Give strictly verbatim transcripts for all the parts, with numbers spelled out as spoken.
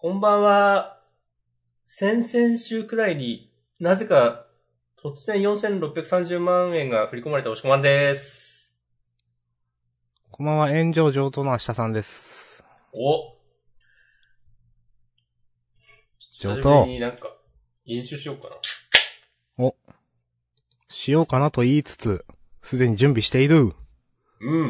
こんばんは。先々週くらいになぜか突然よんせんろっぴゃくさんじゅうまんえんが振り込まれたおしこまんです。 こんばんは、炎上上等の明日さんです。 お上等。 久しぶりになんか飲酒しようかな。 お。しようかなと言いつつ、すでに準備している。 うん。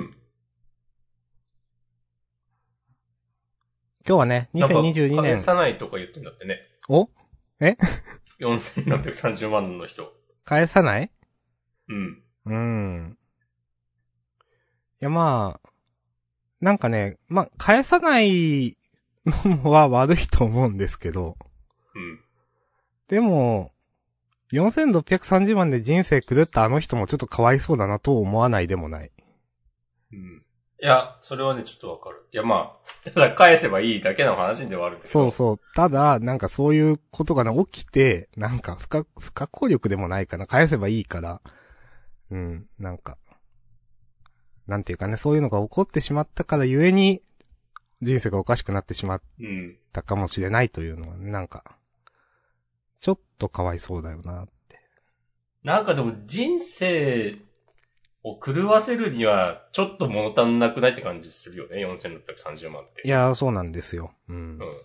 今日はね、にせんにじゅうにねん。 返さないとか言ってんだってね。 おえよんせんろっぴゃくさんじゅうまんの人。 返さないうん。 うーん。いやまあ、なんかね、まあ、返さないのは悪いと思うんですけど。 うん。 でも、よんせんろっぴゃくさんじゅうまんで人生狂ったあの人もちょっとかわいそうだなと思わないでもない。 うん。いや、それはね、ちょっとわかる。いや、まあ、ただ返せばいいだけの話ではあるけど。 そうそう。ただ、なんかそういうことがね、起きて、なんか不可、不可抗力でもないかな。返せばいいから。うん、なんか。なんていうかね、そういうのが起こってしまったからゆえに、人生がおかしくなってしまったかもしれないというのはね、なんか、ちょっとかわいそうだよなって。 なんかでも人生を狂わせるには、ちょっと物足んなくないって感じするよね、よんせんろっぴゃくさんじゅうまんって。 いやー、そうなんですよ。うん。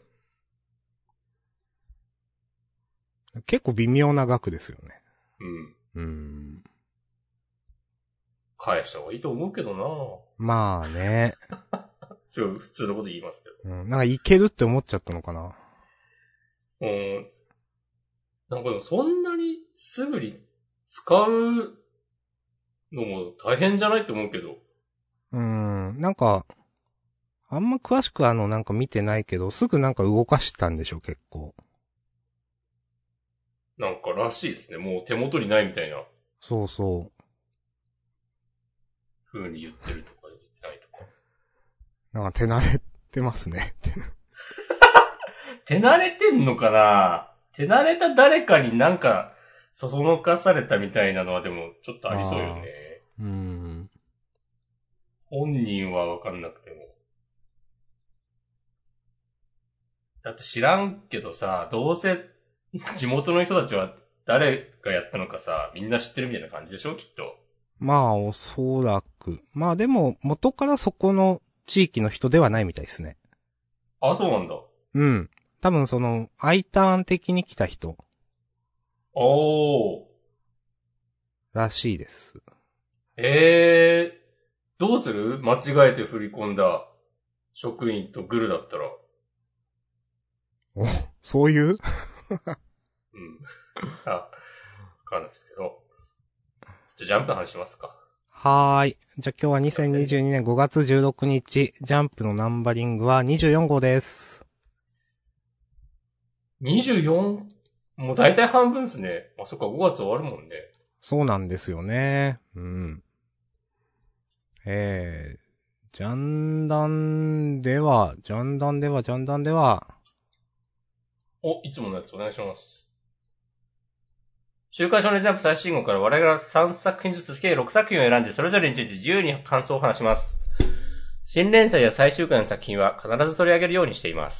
うん、 結構微妙な額ですよね。 うん。 うん。 返した方がいいと思うけどな。 まあね。 すごい普通のこと言いますけど。うん。なんかいけるって思っちゃったのかな。 うん。なんかでもそんなにすぐに使うのも大変じゃないと思うけど。 うん。なんか、あんま詳しくあのなんか見てないけど、すぐなんか動かしたんでしょ、結構。 なんからしいですね。もう手元にないみたいな。 そうそう。 風に言ってるとか言ってないとか。 なんか手慣れてますね。 手慣れてんのかな？手慣れた誰かになんか、そそのかされたみたいなのはでもちょっとありそうよね。 うん。 本人はわかんなくても。だって知らんけどさ、どうせ地元の人たちは誰がやったのかさ、みんな知ってるみたいな感じでしょきっと。 まあ、おそらく。まあでも、元からそこの地域の人ではないみたいですね。 あ、そうなんだ。 うん。多分その、I ターン的に来た人。 おー。 らしいです。 えー、どうする？間違えて振り込んだ職員とグルだったら。 お、そういううん。 あ、わかんないですけど。じゃあジャンプの話しますか。 はーい。じゃあ今日はにせんにじゅうにねんごがつじゅうろくにち、ジャンプのナンバリングはにじゅうよんごうです。 にじゅうよん? もう大体半分ですね。あ、そっか、ごがつ終わるもんね。 そうなんですよね。うん。えー、ジャンダンでは、ジャンダンでは、ジャンダンでは、 お、いつものやつお願いします。週刊少年ジャンプ最新号から我々がさんさく品ずつ計ろくさく品を選んでそれぞれについて自由に感想を話します。新連載や最終回の作品は必ず取り上げるようにしています。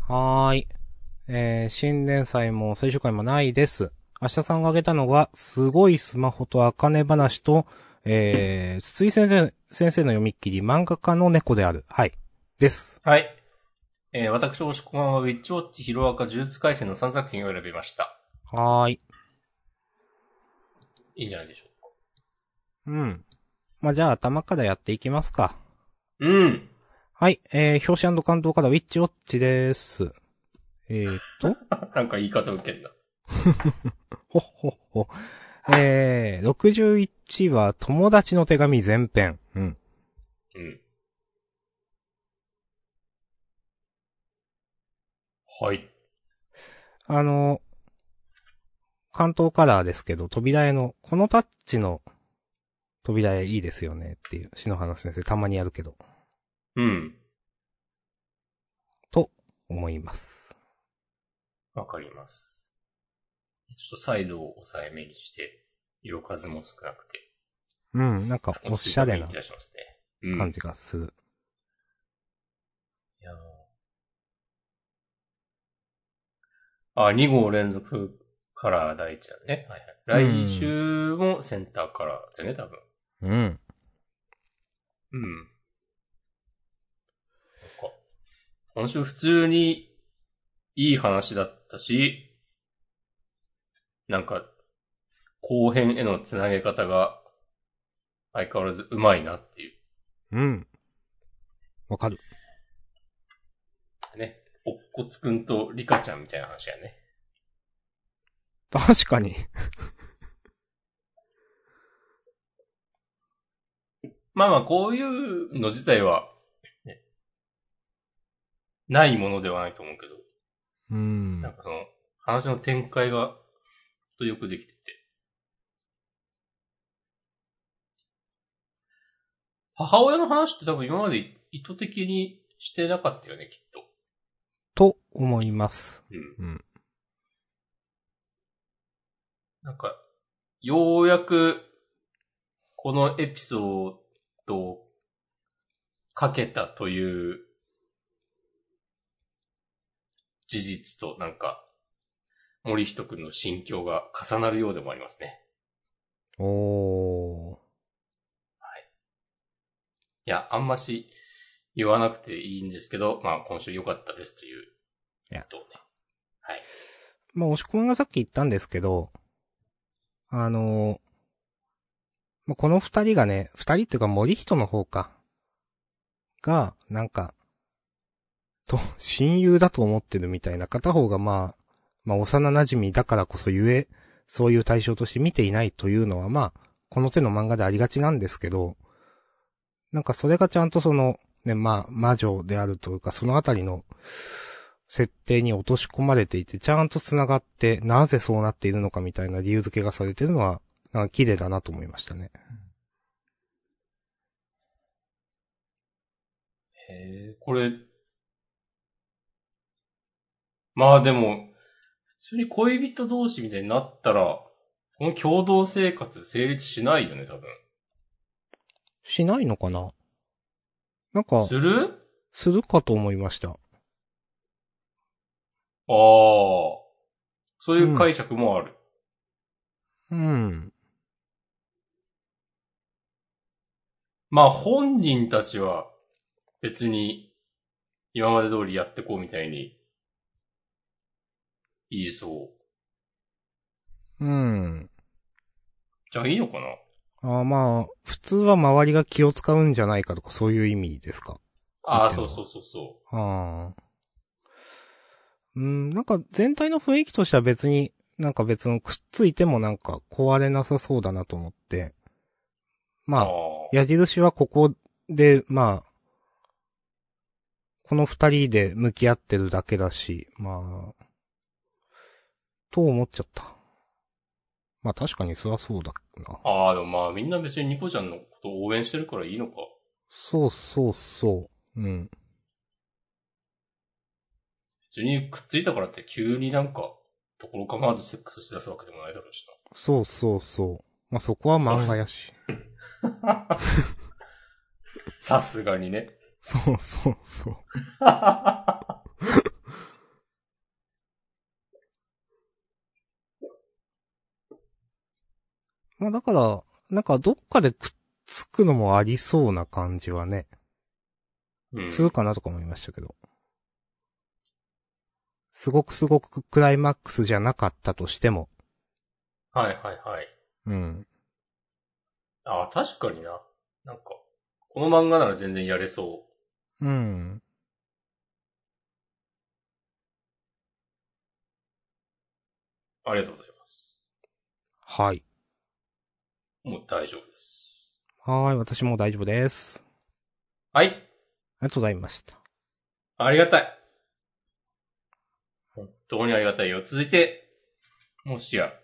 はーい。えー、新連載も最終回もないです。明日さんが挙げたのは、すごいスマホと茜話と、えー、筒井先生、先生の読みっきり漫画家の猫である。はい。です。 はい。えー、私、おしこまんはウィッチウォッチ、ヒロアカ、呪術廻戦のさんさく品を選びました。 はーい。 いいんじゃないでしょうか。 うん。まあ、じゃあ頭からやっていきますか。 うん。 はい。えー、表紙関東からウィッチウォッチです。えーっと。 なんか言い方受けんな。 ほっほっほ。えー、ろくじゅういちわ、友達の手紙前編。うん。 うん。はい。 あの、関東カラーですけど、扉絵の、このタッチの扉絵いいですよねっていう、篠原先生たまにやるけど。 うん。 と、思います。 わかります。ちょっとサイドを抑えめにして、色数も少なくて。 うん、なんかおしゃれな感じがする。 いやあ、に号連続カラー第一だね。はいはい。来週もセンターカラーだよね、多分。 うん。 うん。今週普通にいい話だったし、なんか、後編へのつなげ方が相変わらず上手いなっていう。 うん。わかる。 ね。おっこつくんとリカちゃんみたいな話やね。 確かに。 まあまあ、こういうの自体は、ね、ないものではないと思うけど。 うん。 なんかその、話の展開が、とよくできてて。母親の話って多分今まで意図的にしてなかったよね、きっと。 と思います。 うん。 うん。 なんか、ようやく、このエピソードをかけたという事実となんか、森人くんの心境が重なるようでもありますね。 おー。 はい。いや、あんまし言わなくていいんですけど、まあ今週良かったですということをね。はい。 まあ、押し込みがさっき言ったんですけど、あのー、まあ、この二人がね、二人っていうか森人の方か。が、なんか、と、親友だと思ってるみたいな片方がまあ、まあ幼馴染だからこそゆえ、そういう対象として見ていないというのはまあ、この手の漫画でありがちなんですけど、なんかそれがちゃんとその、ね、まあ、魔女であるというか、そのあたりの設定に落とし込まれていて、ちゃんと繋がって、なぜそうなっているのかみたいな理由付けがされてるのは、なんか綺麗だなと思いましたね。 へえ、これ、まあでも、普通に恋人同士みたいになったら、この共同生活成立しないよね、多分。 しないのかななんかす、るするかと思いました。 ああ、そういう解釈もある。 うん。 まあ本人たちは別に今まで通りやってこうみたいに言いそう。 うん。 じゃあいいのかな。 あまあ、普通は周りが気を使うんじゃないかとかそういう意味ですか。 ああ、そうそうそうそう。はあ。うん、なんか全体の雰囲気としては別に、なんか別のくっついてもなんか壊れなさそうだなと思って。 う。 まあ、 ああ。 矢印はここで、まあ、この二人で向き合ってるだけだし、まあ、と思っちゃった。まあ確かにそりゃそうだな。 ああ、でもまあみんな別にニコちゃんのことを応援してるからいいのか。 そうそうそう。うん。 別にくっついたからって急になんか、ところ構わずセックスしだすわけでもないだろうしそうそうそう。まあそこは漫画やし。 な。さすがにね。 そうそうそう。まあだから、なんかどっかでくっつくのもありそうな感じはね、 うん、 するかなとか思いましたけど。すごくすごくクライマックスじゃなかったとしても。 はいはいはい。 うん。 ああ、確かにな。なんか、この漫画なら全然やれそう。うん。 う。ありがとうございます。 はい。 もう大丈夫です。 はーい、私も大丈夫です。 はい。 ありがとうございました。 ありがたい。本当にありがたいよ。続いて、もしや。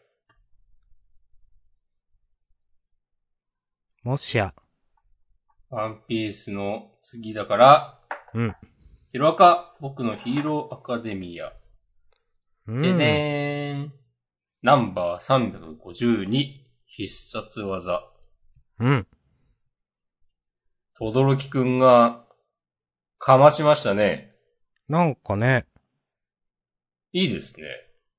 もしや。 ワンピースの次だから、 うん。 ヒロアカ、僕のヒーローアカデミア。 うん。 ででーん。ナンバーさんびゃくごじゅうに、必殺技。 うん。 とどろきくんが、かましましたね。 なんかね、 いいですね。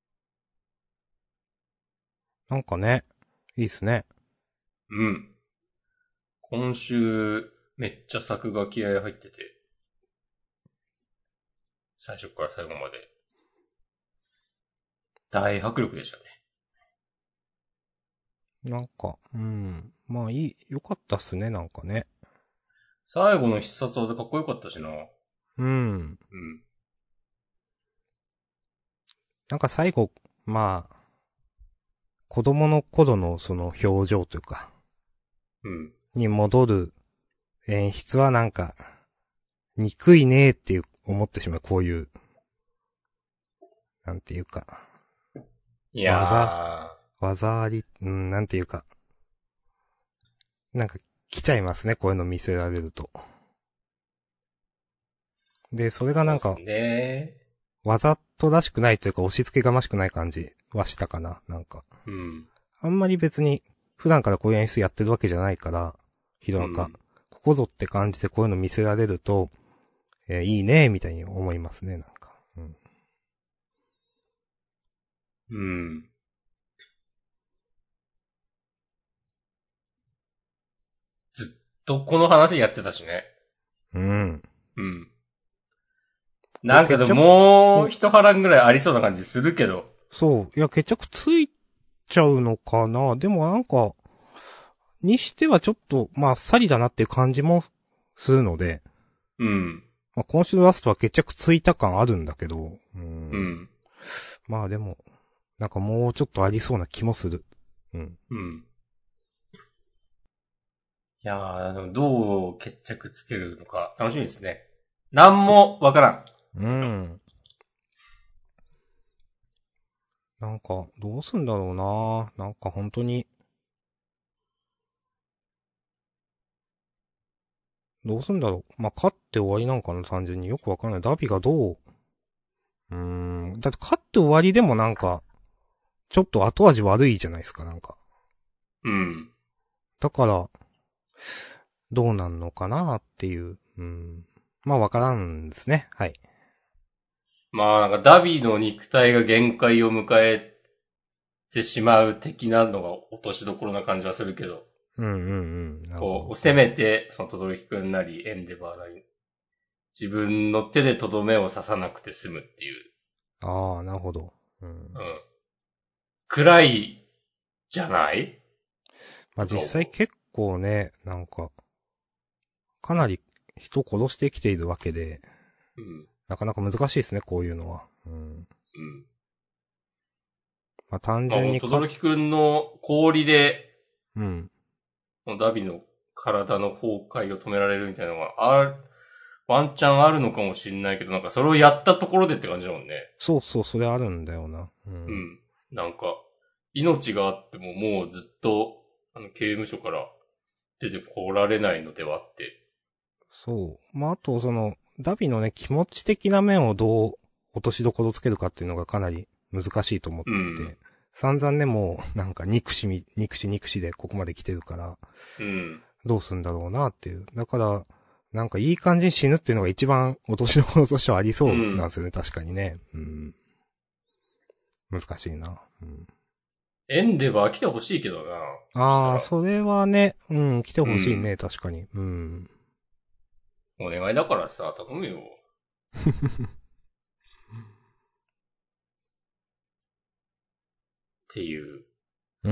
なんかね、いいっすね。 うん。今週、めっちゃ作画気合入ってて、最初から最後まで、大迫力でしたね。 なんか、うん。まあいい、よかったっすね、なんかね。 最後の必殺技かっこよかったしな。 うん。 うん。 なんか最後、まあ、子供の頃のその表情というか、 うん。 に戻る演出はなんか、憎いねーっていう思ってしまう、こういう、なんていうか、 いや技、 ー。 技あり、うん、なんていうか、なんか来ちゃいますね、こういうの見せられると。で、それがそうっすなんか、 ね。 わざとらしくないというか押し付けがましくない感じはしたかな、なんか。 うん。 あんまり別に、普段からこういう演出やってるわけじゃないから、ヒロアカ、 うん。 ここぞって感じでこういうの見せられると、えーいいね、みたいに思いますね、なんか。うん。 うん。ずっとこの話やってたしね。 うん。 うん。なんかでも決着もう一波乱ぐらいありそうな感じするけど。 そう。いや、決着ついちゃうのかな。でもなんか、にしてはちょっと、まあ、あっさりだなっていう感じもするので、 うん。 まあ、今週のラストは決着ついた感あるんだけど、うん。 うん。 まあでも、なんかもうちょっとありそうな気もする。うん。 うん。いやー、でもどう決着つけるのか楽しみですね。なんもわからん。 うん。なんか、どうすんだろうな。なんか本当に、どうすんだろう。まあ、勝って終わりなんかな、単純によくわかんない。ダビがどう、うーん。だって勝って終わりでもなんか、ちょっと後味悪いじゃないですか、なんか。 うん。 だから、どうなんのかなっていう。うん。まあ、わからんですね。はい。 まあなんかダビの肉体が限界を迎えてしまう的なのが落としどころな感じはするけど。 うんうんうん。なるほこう、 ど。 せめて、その、とどろきくんなり、エンデバーなり、自分の手でとどめを刺さなくて済むっていう。 ああ、なるほど。うん。 うん。暗い、じゃないまあ、実際結構ね、なんか、かなり人殺してきているわけで、 うん。 なかなか難しいですね、こういうのは。うん。 うん。 まあ、単まあ、もう、 純にか、 とどろきくんの氷で、 うん。 もうダビの体の崩壊を止められるみたいなのが、ある、ワンチャンあるのかもしんないけど、なんかそれをやったところでって感じだもんね。 そうそう、それあるんだよな。う。 うんん。なんか、命があってももうずっと、あの、刑務所から出てこられないのではって。 そう。まあ、あと、その、ダビのね、気持ち的な面をどう落としどころつけるかっていうのがかなり難しいと思っていて、 うん散々ね、もう、なんか憎しみ、憎し憎しでここまで来てるから、 うん。 どうすんだろうなっていう。だから、なんかいい感じに死ぬっていうのが一番落としどころとしてはありそうなんですよね、確かにね。うん。難しいな。うん、 エンデバー来てほしいけどな。 ああ、 そしたらそれはね、うん、来てほしいね、 うん。 確かに。うん。 お願いだからさ、頼むよ。っていう。 うん。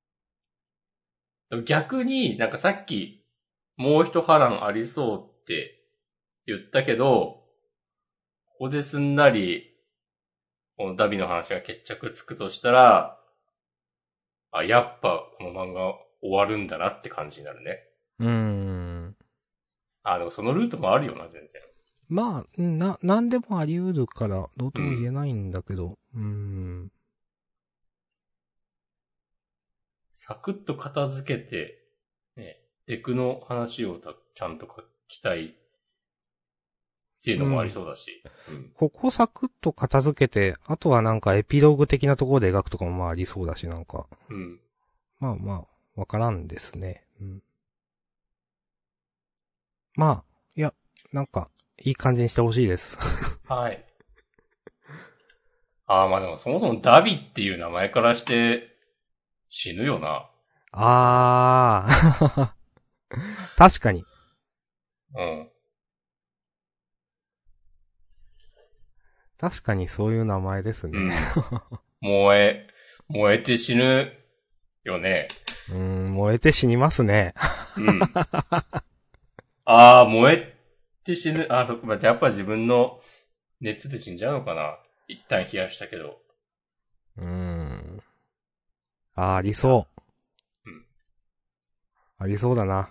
逆になんかさっき、もう一波乱ありそうって言ったけど、ここですんなり、このダビの話が決着つくとしたら、あ、やっぱこの漫画終わるんだなって感じになるね。 うーん。 あ、でもそのルートもあるよな、全然。 まあ、な、なんでもあり得るから、どうとも言えうん。 ないんだけど、うーん。 サクッと片付けて、ね、エクの話をたちゃんと書きたいっていうのもありそうだし。うん。 ここサクッと片付けて、あとはなんかエピローグ的なところで描くとかもまあありそうだし、なんか。 うん。 まあまあ、わからんですね。うん。まあ、いや、なんか、いい感じにしてほしいです。 はい。ああ、まあでもそもそもダビっていう名前からして、 死ぬよな。 あー。確かに。 うん。 確かにそういう名前ですね。 うん。燃え、燃えて死ぬよね。 うーん、燃えて死にますね。 うん。ああ、燃えて死ぬ。ああ、そっか。じゃあやっぱ自分の熱で死んじゃうのかな。一旦冷やしたけど。 うーん。あー、ありそう。 うん。 ありそうだな。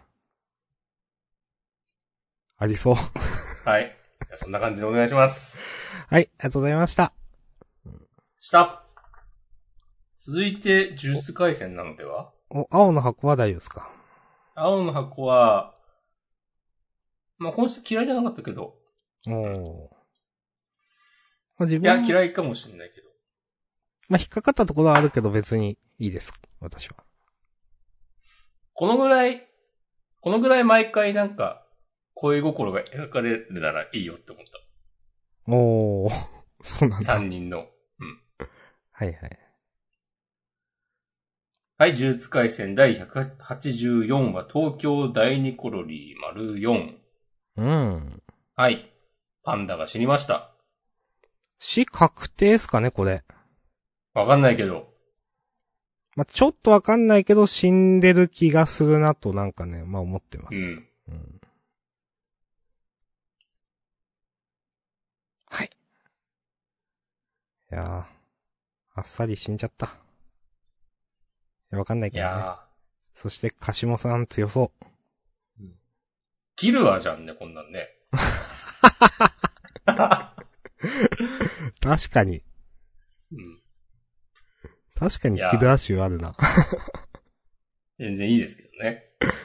ありそう。 はい。じゃあそんな感じでお願いします。 はい、ありがとうございました。 した。続いて、呪術廻戦なのでは？ お、青の箱は大丈夫ですか？ 青の箱は、まあ、本質嫌いじゃなかったけど。 おー。まあ、自いや、 分も、 嫌いかもしれないけど。 まあ、引っかかったところはあるけど別にいいです。私は。 このぐらい、このぐらい毎回なんか、恋心が描かれるならいいよって思っおー。そうなんた。 だ。 三人の。うん。 はいはい。 はい、呪術廻戦第ひゃくはちじゅうよん話、東京第二コロリー丸よん。 うん。 はい。パンダが死にました。 死確定ですかね、これ。 わかんないけど。 まあ、ちょっとわかんないけど死んでる気がするなとなんかね、まあ思ってます。 うん。 うん。はい。いやー、あっさり死んじゃった。いや、わかんないいけどね。 やそして、カシモさん強そう。 ー。キルアじゃんね、こんなんね。 確かに。 うん。 確かにいやキルアシュあるな。 全然いいですけどね。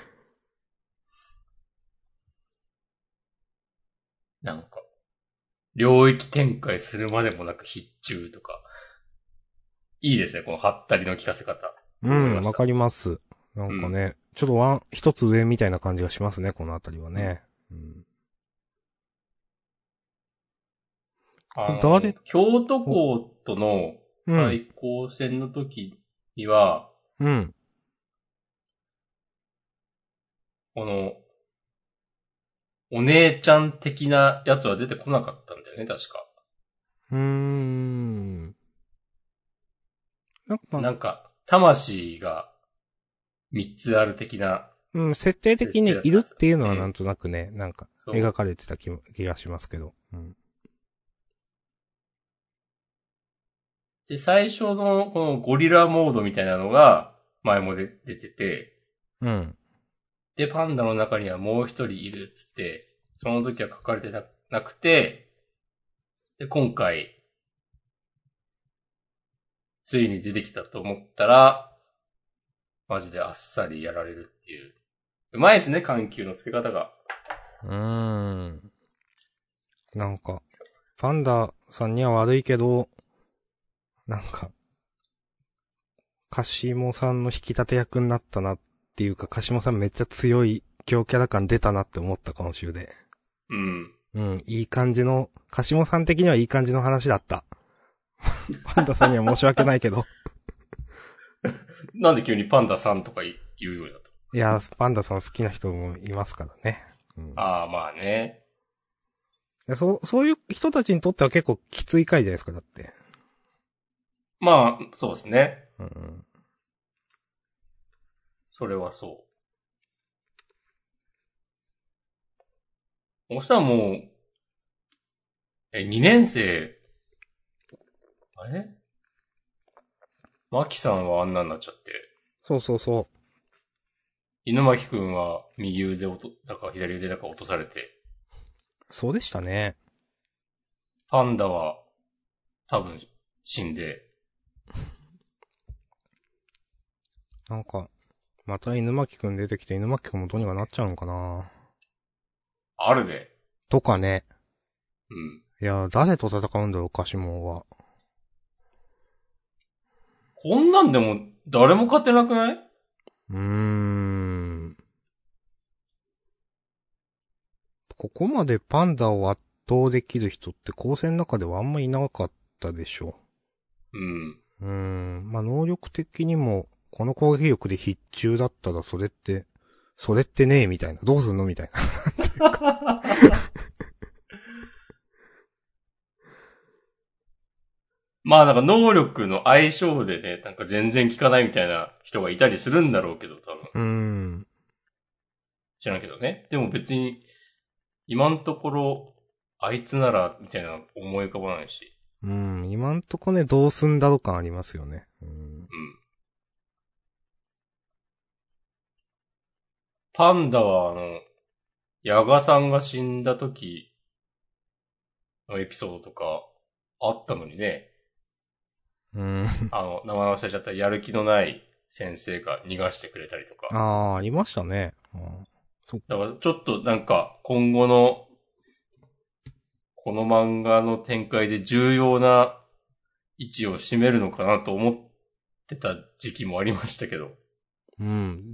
なんか、領域展開するまでもなく必中とか。いいですね、このハったりの聞かせ方。 うん、わかります。なんかね、うん、ちょっとワン、一つ上みたいな感じがしますね、このあたりはね。うん。 あの、誰京都校との対抗戦の時には、 うん。 この、お姉ちゃん的なやつは出てこなかったんだよね、確か。 うーん。 なんか、なんか魂が三つある的な。 うん、設定的にいるっていうのはなんとなくね、うん、なんか、描かれてた気気がしますけど。うん。 で、最初のこのゴリラモードみたいなのが前もで出てて、 うん。 で、パンダの中にはもう一人いるっつって、その時は書かれてななくて、で、今回、ついに出てきたと思ったら、マジであっさりやられるっていう。うまいですね、緩急の付け方が。 うーん。なんか、パンダさんには悪いけど、なんか、カシモさんの引き立て役になったなっていうか、カシモさんめっちゃ強い強キャラ感出たなって思った今週で。 うん。 うん、いい感じの、カシモさん的にはいい感じの話だった。パンダさんには申し訳ないけど。 なんで急にパンダさんとか言うようになった？ いや、パンダさん好きな人もいますからね。 うん、ああ、まあね。 そう、そういう人たちにとっては結構きつい回じゃないですか、だって。 まあ、そうですね。 うん。 それはそう。そしたらもう、え、にねん生、あれマキさんはあんなになっちゃって。 そうそうそう。 犬巻くんは右腕をと、だか左腕だか落とされて。 そうでしたね。 パンダは多分死んで。 なんか、また犬巻くん出てきて犬巻くんもどうにかなっちゃうのかな。 あるで。 とかね。 うん。 いや、誰と戦うんだろう、カシモンは。 こんなんでも誰も勝てなくない？ うーん。ここまでパンダを圧倒できる人って高専の中ではあんまいなかったでしょ。 うん。 うーん。まあ、能力的にもこの攻撃力で必中だったらそれって、それってねえみたいな。どうすんのみたいな。 まあなんか能力の相性でね、なんか全然効かないみたいな人がいたりするんだろうけど、多分。 うーん。 知らんけどね。でも別に、今のところ、あいつなら、みたいな思い浮かばないし。 うん、今んとこね、どうすんだろ感ありますよね。うん。 うん。パンダはあの、ヤガさんが死んだ時のエピソードとか、あったのにね。 うん。 あの、名前忘れちゃったやる気のない先生が逃がしてくれたりとか。 ああ、ありましたね。うん、そっか。 だからちょっとなんか、今後の、この漫画の展開で重要な位置を占めるのかなと思ってた時期もありましたけど。 うん、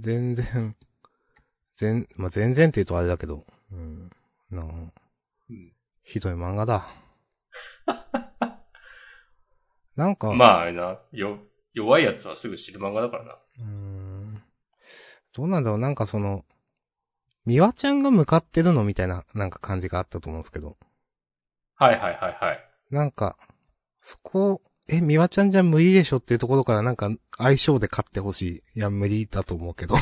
全然、全、まあ、全然って言うとあれだけど、うん。なあ、うん、ひどい漫画だ。なんか、 まあ、あれな、よ、弱いやつはすぐ知る漫画だからな。 うーん。どうなんだろう、なんかその、ミワちゃんが向かってるのみたいな、なんか感じがあったと思うんですけど。 はいはいはいはい。 なんか、そこ、え、ミワちゃんじゃ無理でしょっていうところからなんか相性で勝ってほしい。いや、無理だと思うけど。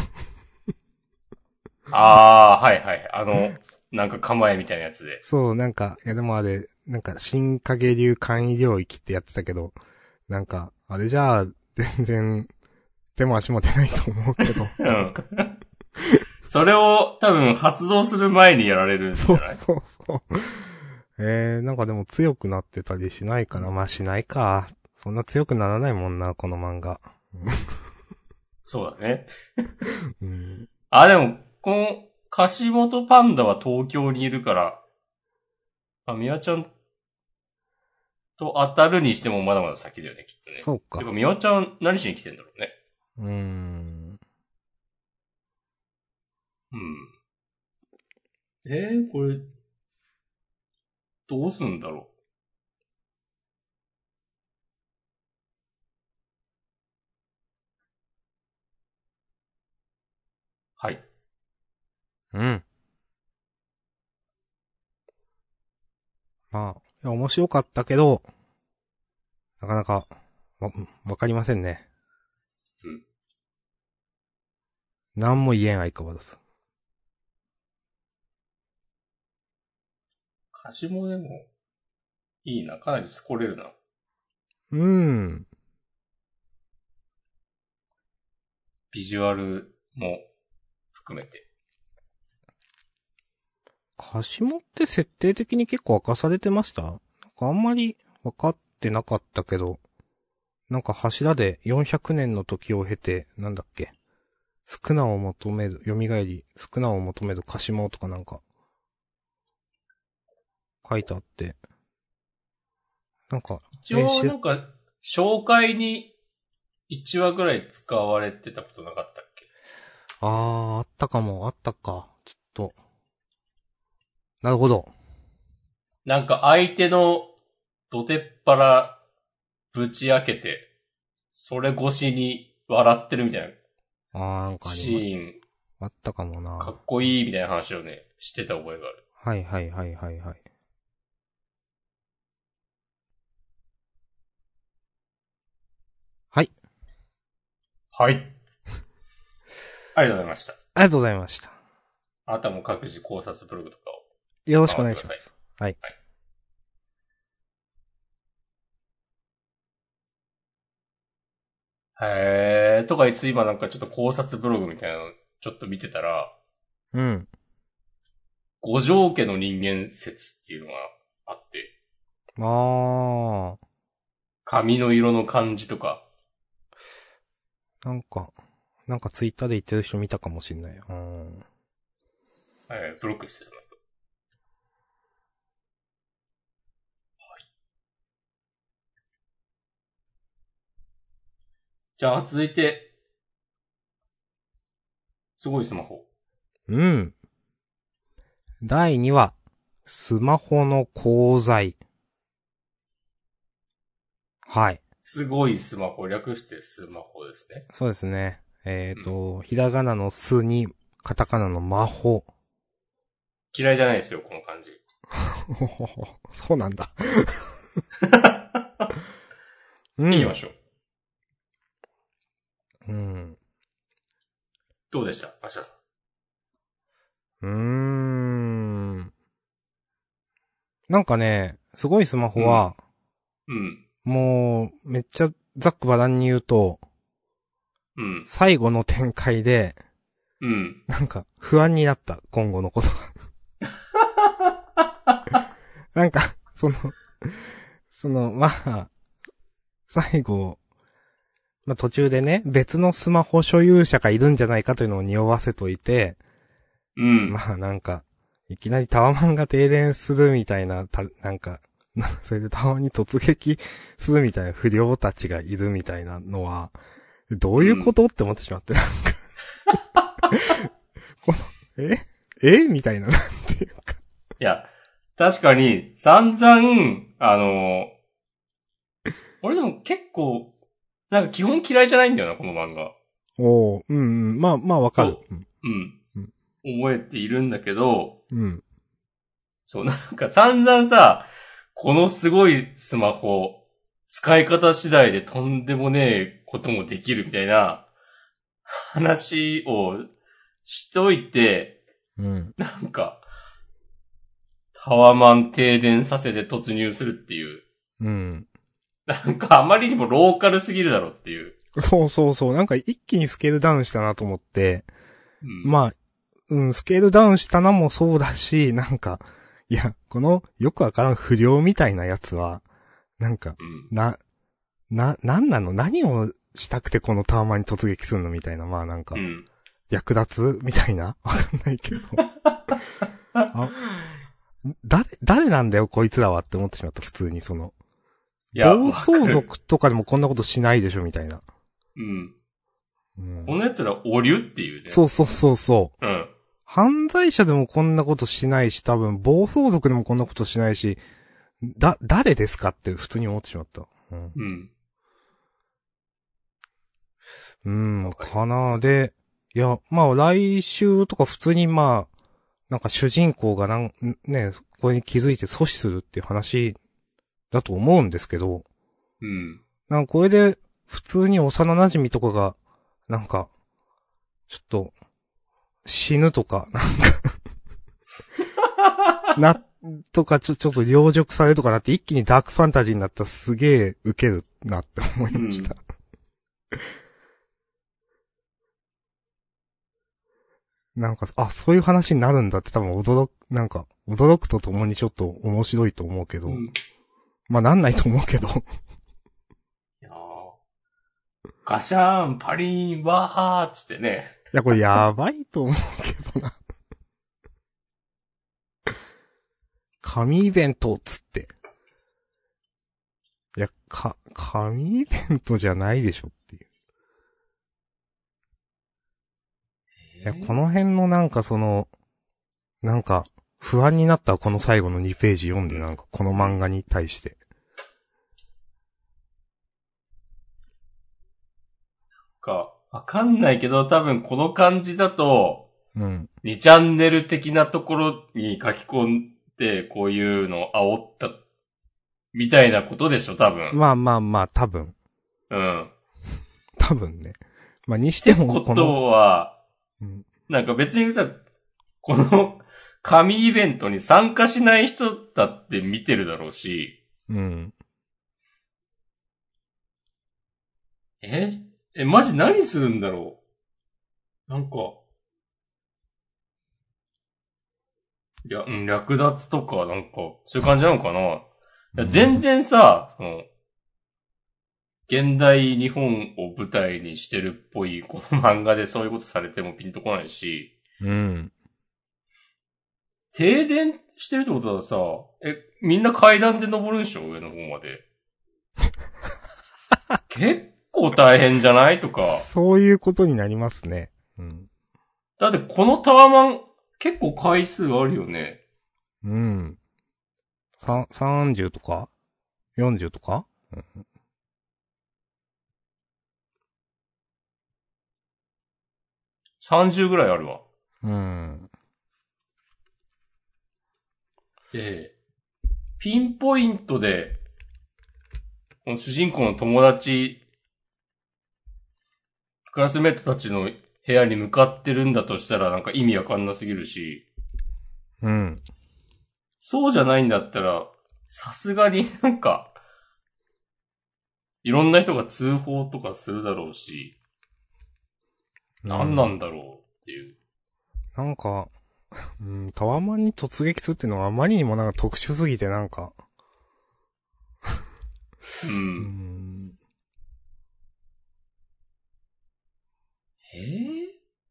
ああ、はいはい。あの、なんか構えみたいなやつで。 そう、なんか、いやでもあれ、なんか、新影流簡易領域ってやってたけど、なんか、あれじゃあ、全然、手も足も出ないと思うけど。 うん。それを多分発動する前にやられるんじゃない？ そうそうそう。えー、なんかでも強くなってたりしないかな。まあしないか。そんな強くならないもんな、この漫画。 そうだね。 うん、 あ、でも、この、樫本パンダは東京にいるから、あ、みわちゃんと当たるにしてもまだまだ先だよね、きっとね。 そうか。 てか、みわちゃん何しに来てんだろうね。 うーん。 うん。えー、これ、どうすんだろう。はい。 うん。まあ、いや、面白かったけど、なかなか、わ、わかりませんね。 うん。 なんも言えん相変わらず。 歌詞もでも、いいな。かなりスコれるな。 うーん。 ビジュアルも含めて。 カシモって設定的に結構明かされてました？なんかあんまり分かってなかったけど、なんか柱でよんひゃくねんの時を経て、なんだっけ。スクナを求める、蘇り、スクナを求めるカシモとかなんか、書いてあって。なんか、 一応、なんか、紹介にいちわぐらい使われてたことなかったっけ？ あー、あったかも、あったか。ちょっと。なるほど。 なんか相手の土手っ腹ぶち開けて、それ越しに笑ってるみたいなあー、なんかありま、 シーン、 あったかもな。 かっこいいみたいな話をね、してた覚えがある。 はいはいはいはいはい。はい。 はい。ありがとうございました。 ありがとうございました。 あなたも各自考察ブログとかをよろしくお願いし頑張ってください。 ます。はい。 はい。へー、とかいつ今なんかちょっと考察ブログみたいなのちょっと見てたら、 うん。 五条家の人間説っていうのがあって、 あー。 髪の色の感じとか、 なんか、なんかツイッターで言ってる人見たかもしんない。うん。 えー、ブロックしてたんですよ。じゃあ続いて、すごいスマホ。 うん。だいにわ、スマホの功罪。はい。 すごいスマホ、略してスマホですね。 そうですね。えっ、ー、と、うん、ひらがなのすに、カタカナの魔法。 嫌いじゃないですよ、この感じ。 そうなんだ。 うん、行きましょう。うん。 どうでしたアシャさん。うーん。なんかね、すごいスマホは、 うん。うん、 もう、めっちゃざっくばらんに言うと、 うん。 最後の展開で、 うん。 なんか、不安になった、今後のことが。なんか、その、その、まあ、最後、まあ途中でね、別のスマホ所有者がいるんじゃないかというのを匂わせといて、 うん。 まあなんか、いきなりタワマンが停電するみたいな、た、なんか、それでタワマンに突撃するみたいな不良たちがいるみたいなのは、どういうこと、うん、って思ってしまって、なんかこの、ええみたいな、なんていうか。 いや、確かに、散々、あの、俺でも結構、なんか基本嫌いじゃないんだよな、この漫画。 おー、うんうん、まあまあわかる。 うん。うん。思えているんだけど、 うん。 そう、なんか散々さ、このすごいスマホ、使い方次第でとんでもねえこともできるみたいな話をしといて、 うん。 なんか、タワマン停電させて突入するっていう。 うん。 なんかあまりにもローカルすぎるだろっていう。 そうそうそう。なんか一気にスケールダウンしたなと思って、 うん、 まあ、うん、スケールダウンしたのもそうだし、なんか、いや、このよくわからん不良みたいなやつは、なんか、 うん、 な、な、なんなの何をしたくてこのタワマンに突撃するのみたいな、まあなんか、 うん、 略奪みたいなわかんないけど。あ、誰、誰なんだよこいつらはって思ってしまった、普通にその。暴走族とかでもこんなことしないでしょみたいな。 うん。うん、この奴らおりゅっていうね。 そうそうそうそう。 うん。 犯罪者でもこんなことしないし、多分暴走族でもこんなことしないし、だ、誰ですかって普通に思ってしまった。うん。 うん。 うん、かなで、いや、まあ来週とか普通にまあ、なんか主人公がなん、ね、これに気づいて阻止するっていう話だと思うんですけど、 うん。 なんかこれで普通に幼馴染とかが、なんか、ちょっと、死ぬとか、なんか、な、とかちょ、ちょっと凌辱されるとかなって一気にダークファンタジーになったらすげえウケるなって思いました。うん、なんか、あ、そういう話になるんだって多分驚く、なんか、驚くとともにちょっと面白いと思うけど、うん、まあなんないと思うけど。いやーガシャーン、パリーン、ワーつってね。 いや、これやばいと思うけどな。神イベントつって。いや、か、神イベントじゃないでしょっていう。いや、この辺のなんかその、なんか、不安になったこの最後のにページ読んで、なんかこの漫画に対して。 か、わかんないけど、多分この感じだと、 うん。 にチャンネル的なところに書き込んで、こういうのを煽った、みたいなことでしょ、多分。 まあまあまあ、多分。 うん。 多分ね。まあにしてもこの。ってことは、うん、なんか別にさ、この神イベントに参加しない人だって見てるだろうし。 うん。 ええ、マジ何するんだろうなんか。いや、うん、略奪とか、なんか、そういう感じなのかな、いや全然さ、うん、現代日本を舞台にしてるっぽい、この漫画でそういうことされてもピンとこないし。 うん。 停電してるってことはさ、え、みんな階段で登るんでしょ上の方まで。結構大変じゃないとか。 そういうことになりますね。うん。 だってこのタワマン、結構回数あるよね。 うん。さ、さんじゅうとか ?よんじゅう とか、うん、 さんじゅうぐらいあるわ。 うん。 で、ピンポイントで、この主人公の友達、クラスメートたちの部屋に向かってるんだとしたらなんか意味わかんなすぎるし、 うん。 そうじゃないんだったら、さすがになんか、いろんな人が通報とかするだろうし、 うん、 何なんだろうっていう。 なんか、うん、タワマンに突撃するっていうのはあまりにもなんか特殊すぎてなんか、 うん。 うん、 えー、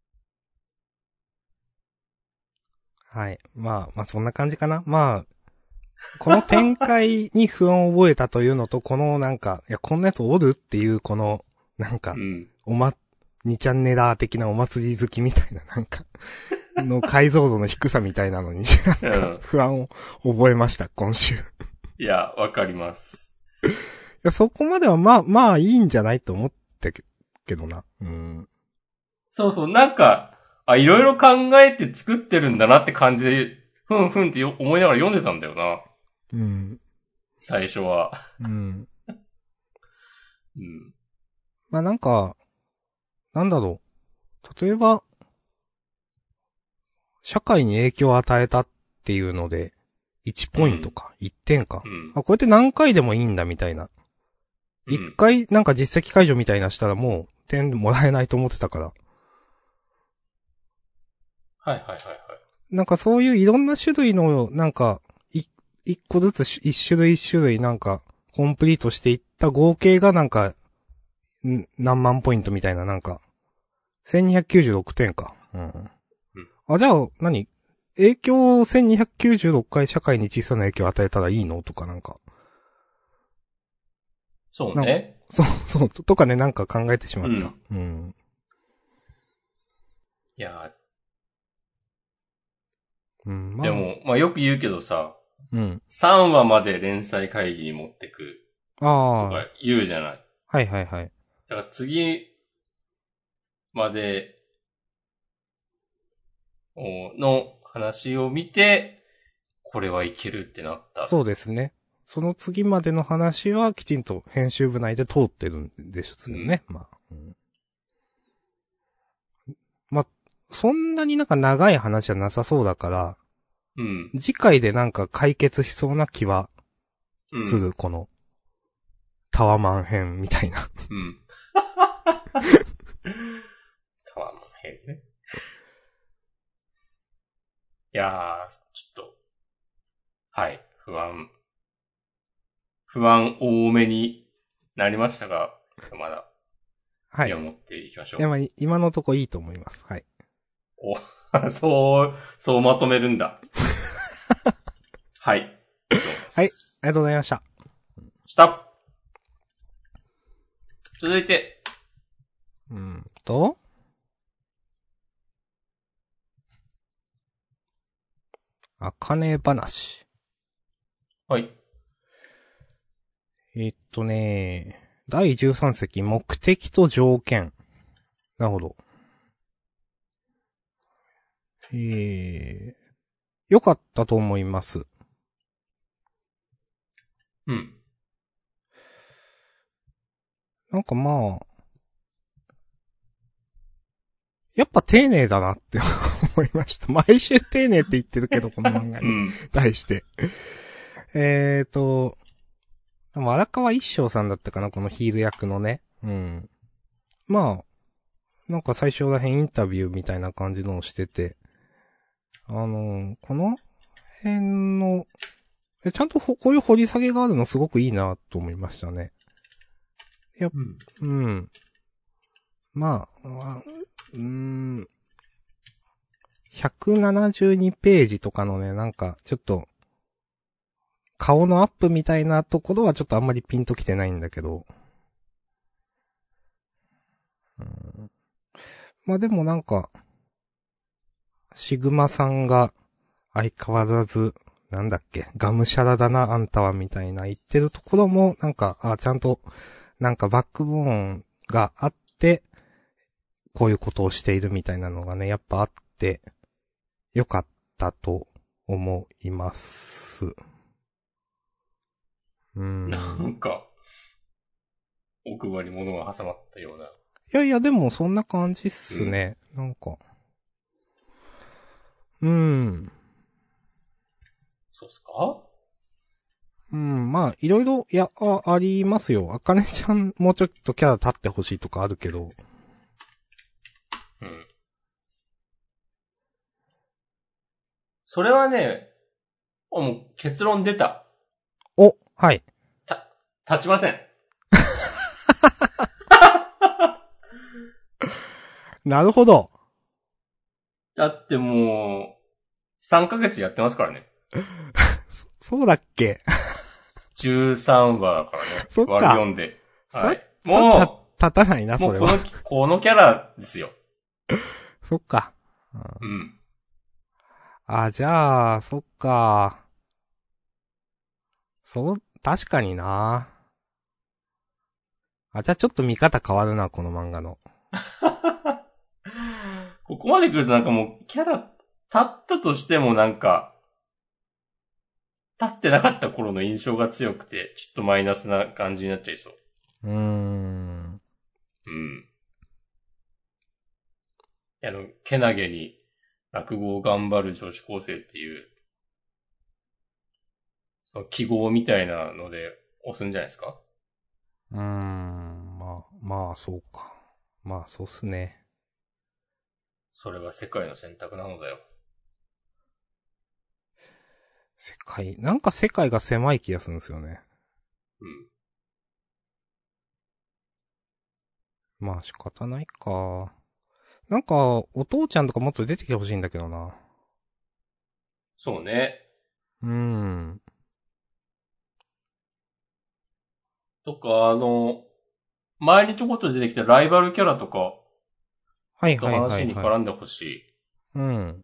はい。まあ、まあそんな感じかな。まあ、この展開に不安を覚えたというのと、このなんか、いや、こんなやつおるっていうこの、なんか、 うん。 おま、にチャンネラー的なお祭り好きみたいな、なんか、の解像度の低さみたいなのに、なんか、不安を覚えました、今週。いいや、わかります。 や、そこまではまあ、まあいいんじゃないと思ってけどな。うん。 そうそう、なんか、あ、いろいろ考えて作ってるんだなって感じで、ふんふんってよ思いながら読んでたんだよな。 うん。 最初は。 うん。 うん。 まあなんか、なんだろう。例えば、社会に影響を与えたっていうので、いちポイントか、いってんか。 うん。 あ、こうやって何回でもいいんだみたいな。 うん。 いっかいなんか実績解除みたいなしたらもう点もらえないと思ってたから。 はいはいはいはい。 なんかそういういろんな種類の、なんか、い、一個ずつ一種類一種類なんか、コンプリートしていった合計がなんか、ん何万ポイントみたいななんか、せんにひゃくきゅうじゅうろくてんか。うん。うん、あ、じゃあ、何影響をせんにひゃくきゅうじゅうろっかい社会に小さな影響を与えたらいいのとかなんか。 そうね。 そう、そう、とかね、なんか考えてしまった。 うん。 うん。 いや、 うん、まあ。 でも、まあよく言うけどさ、 うん。 さんわまで連載会議に持ってくとああ。 か言うじゃない。 はいはいはい。 だから次までの話を見て、これはいけるってなった。 そうですね。その次までの話はきちんと編集部内で通ってるんですよね。うん、まあ、うん。まあ、そんなになんか長い話じゃなさそうだから、 うん。 次回でなんか解決しそうな気はする、 うん、 この、タワマン編みたいな。 うん。タワマン編ね。いやー、ちょっと、はい、不安。不安多めになりましたが、まだ、 はい。 見守っていきましょう。 いや、まあ、今のとこいいと思います。はい。 お、そう、そうまとめるんだ。はい。 はい。ありがとうございました。 した。続いて。 うんと。あかね話。 はい。 えー、っとね、だいじゅうさん席、目的と条件。なるほど。えー、良かったと思います。 うん。 なんかまあ、やっぱ丁寧だなって思いました。毎週丁寧って言ってるけど、この漫画に対して。えーと、でも荒川一生さんだったかな、このヒール役のね。うん。まあ、なんか最初ら辺インタビューみたいな感じのをしてて、あのー、この辺の、えちゃんとこういう掘り下げがあるのすごくいいなと思いましたね。やっ、うん。うん、まあ、うーん、ひゃくななじゅうにページとかのね、なんか、ちょっと、顔のアップみたいなところはちょっとあんまりピンときてないんだけど。うん、まあでもなんか、シグマさんが相変わらず、なんだっけ、がむしゃらだな、あんたはみたいな言ってるところも、なんか、あ、ちゃんと、なんかバックボーンがあって、 こういうことをしているみたいなのがね、やっぱあって、よかったと思います。うーん。 なんか、奥歯に物が挟まったような。 いやいや、でもそんな感じっすね。うん、なんか。うーん。 そうっすか？ うん、まあ、いろいろ、いや、あ、ありますよ。あかねちゃん、もうちょっとキャラ立ってほしいとかあるけど。 うん。それはね、もう結論出た。 お、はい。 た、立ちません。 なるほど。 だってもう、さんかげつやってますからね。 そ、そうだっけじゅうさんわだからね。 そっか。 割りよんで。はい。 もう、 もう、立たないな、それは。 もうこの、このキャラですよ。 そっか。 うん。 あ、じゃあ、そっか。そう、確かにな。あ、じゃあちょっと見方変わるな、この漫画の。 ここまで来るとなんかもう、キャラ、立ったとしてもなんか、立ってなかった頃の印象が強くて、ちょっとマイナスな感じになっちゃいそう。 うーん。 うん。あの、けなげに落語を頑張る女子高生っていう、その記号みたいなので押すんじゃないですか？ うーん。まあ、まあ、そうか。まあ、そうっすね。 それが世界の選択なのだよ。 世界、なんか世界が狭い気がするんですよね。 うん。 まあ仕方ないか。なんか、お父ちゃんとかもっと出てきてほしいんだけどな。 そうね。 うーん。 とか、あの、前にちょこっと出てきたライバルキャラとか、とはいはいはいはい。 話に絡んでほしい。 うん。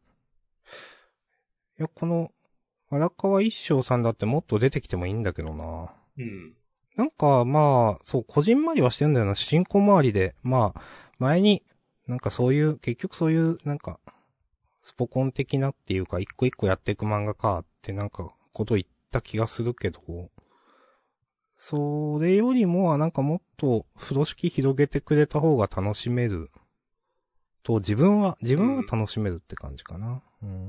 いや、この、荒川一生さんだってもっと出てきてもいいんだけどな。 うん。 なんか、まあ、そう、こじんまりはしてんだよな。進行周りで。まあ、前に、なんかそういう、結局そういう、なんか、スポコン的なっていうか、一個一個やっていく漫画かってなんか、こと言った気がするけど、それよりも、なんかもっと風呂敷広げてくれた方が楽しめる。と、自分は、自分は楽しめるって感じかな。うん。うん、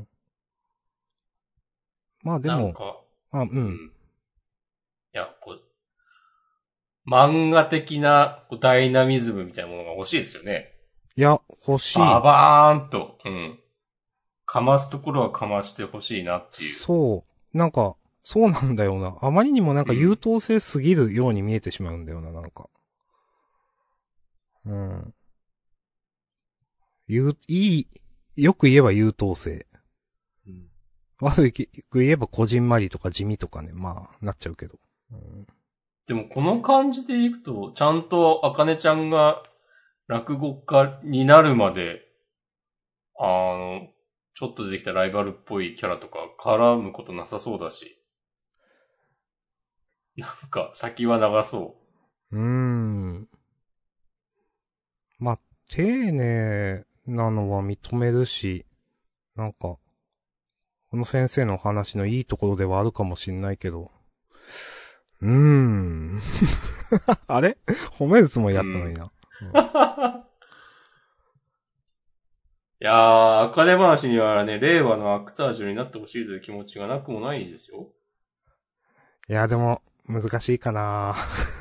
まあでも、 なんか、 あ、ううんん。いや、こう、漫画的なこうダイナミズムみたいなものが欲しいですよね。 いや、欲しい。 ババーンと、うん。かますところはかまして欲しいなっていう。 そう。なんか、そうなんだよな。あまりにもなんか優等生すぎるように見えてしまうんだよな、なんか。うん。ゆう、いい、よく言えば優等生。 うん、 悪く言えばこじんまりとか地味とかね、まあ、なっちゃうけど。うん、 でもこの感じでいくと、ちゃんとあかねちゃんが落語家になるまで、あの、ちょっと出てきたライバルっぽいキャラとか絡むことなさそうだし。なんか先は長そう。うーん。まあ、丁寧なのは認めるし、なんか、この先生の話のいいところではあるかもしんないけど。うーん。あれ褒めるつもりだったのにな。うん、 う。いやー、あかね話にはね、令和のアクタージュになってほしいという気持ちがなくもないですよ。 いや、でも、難しいかな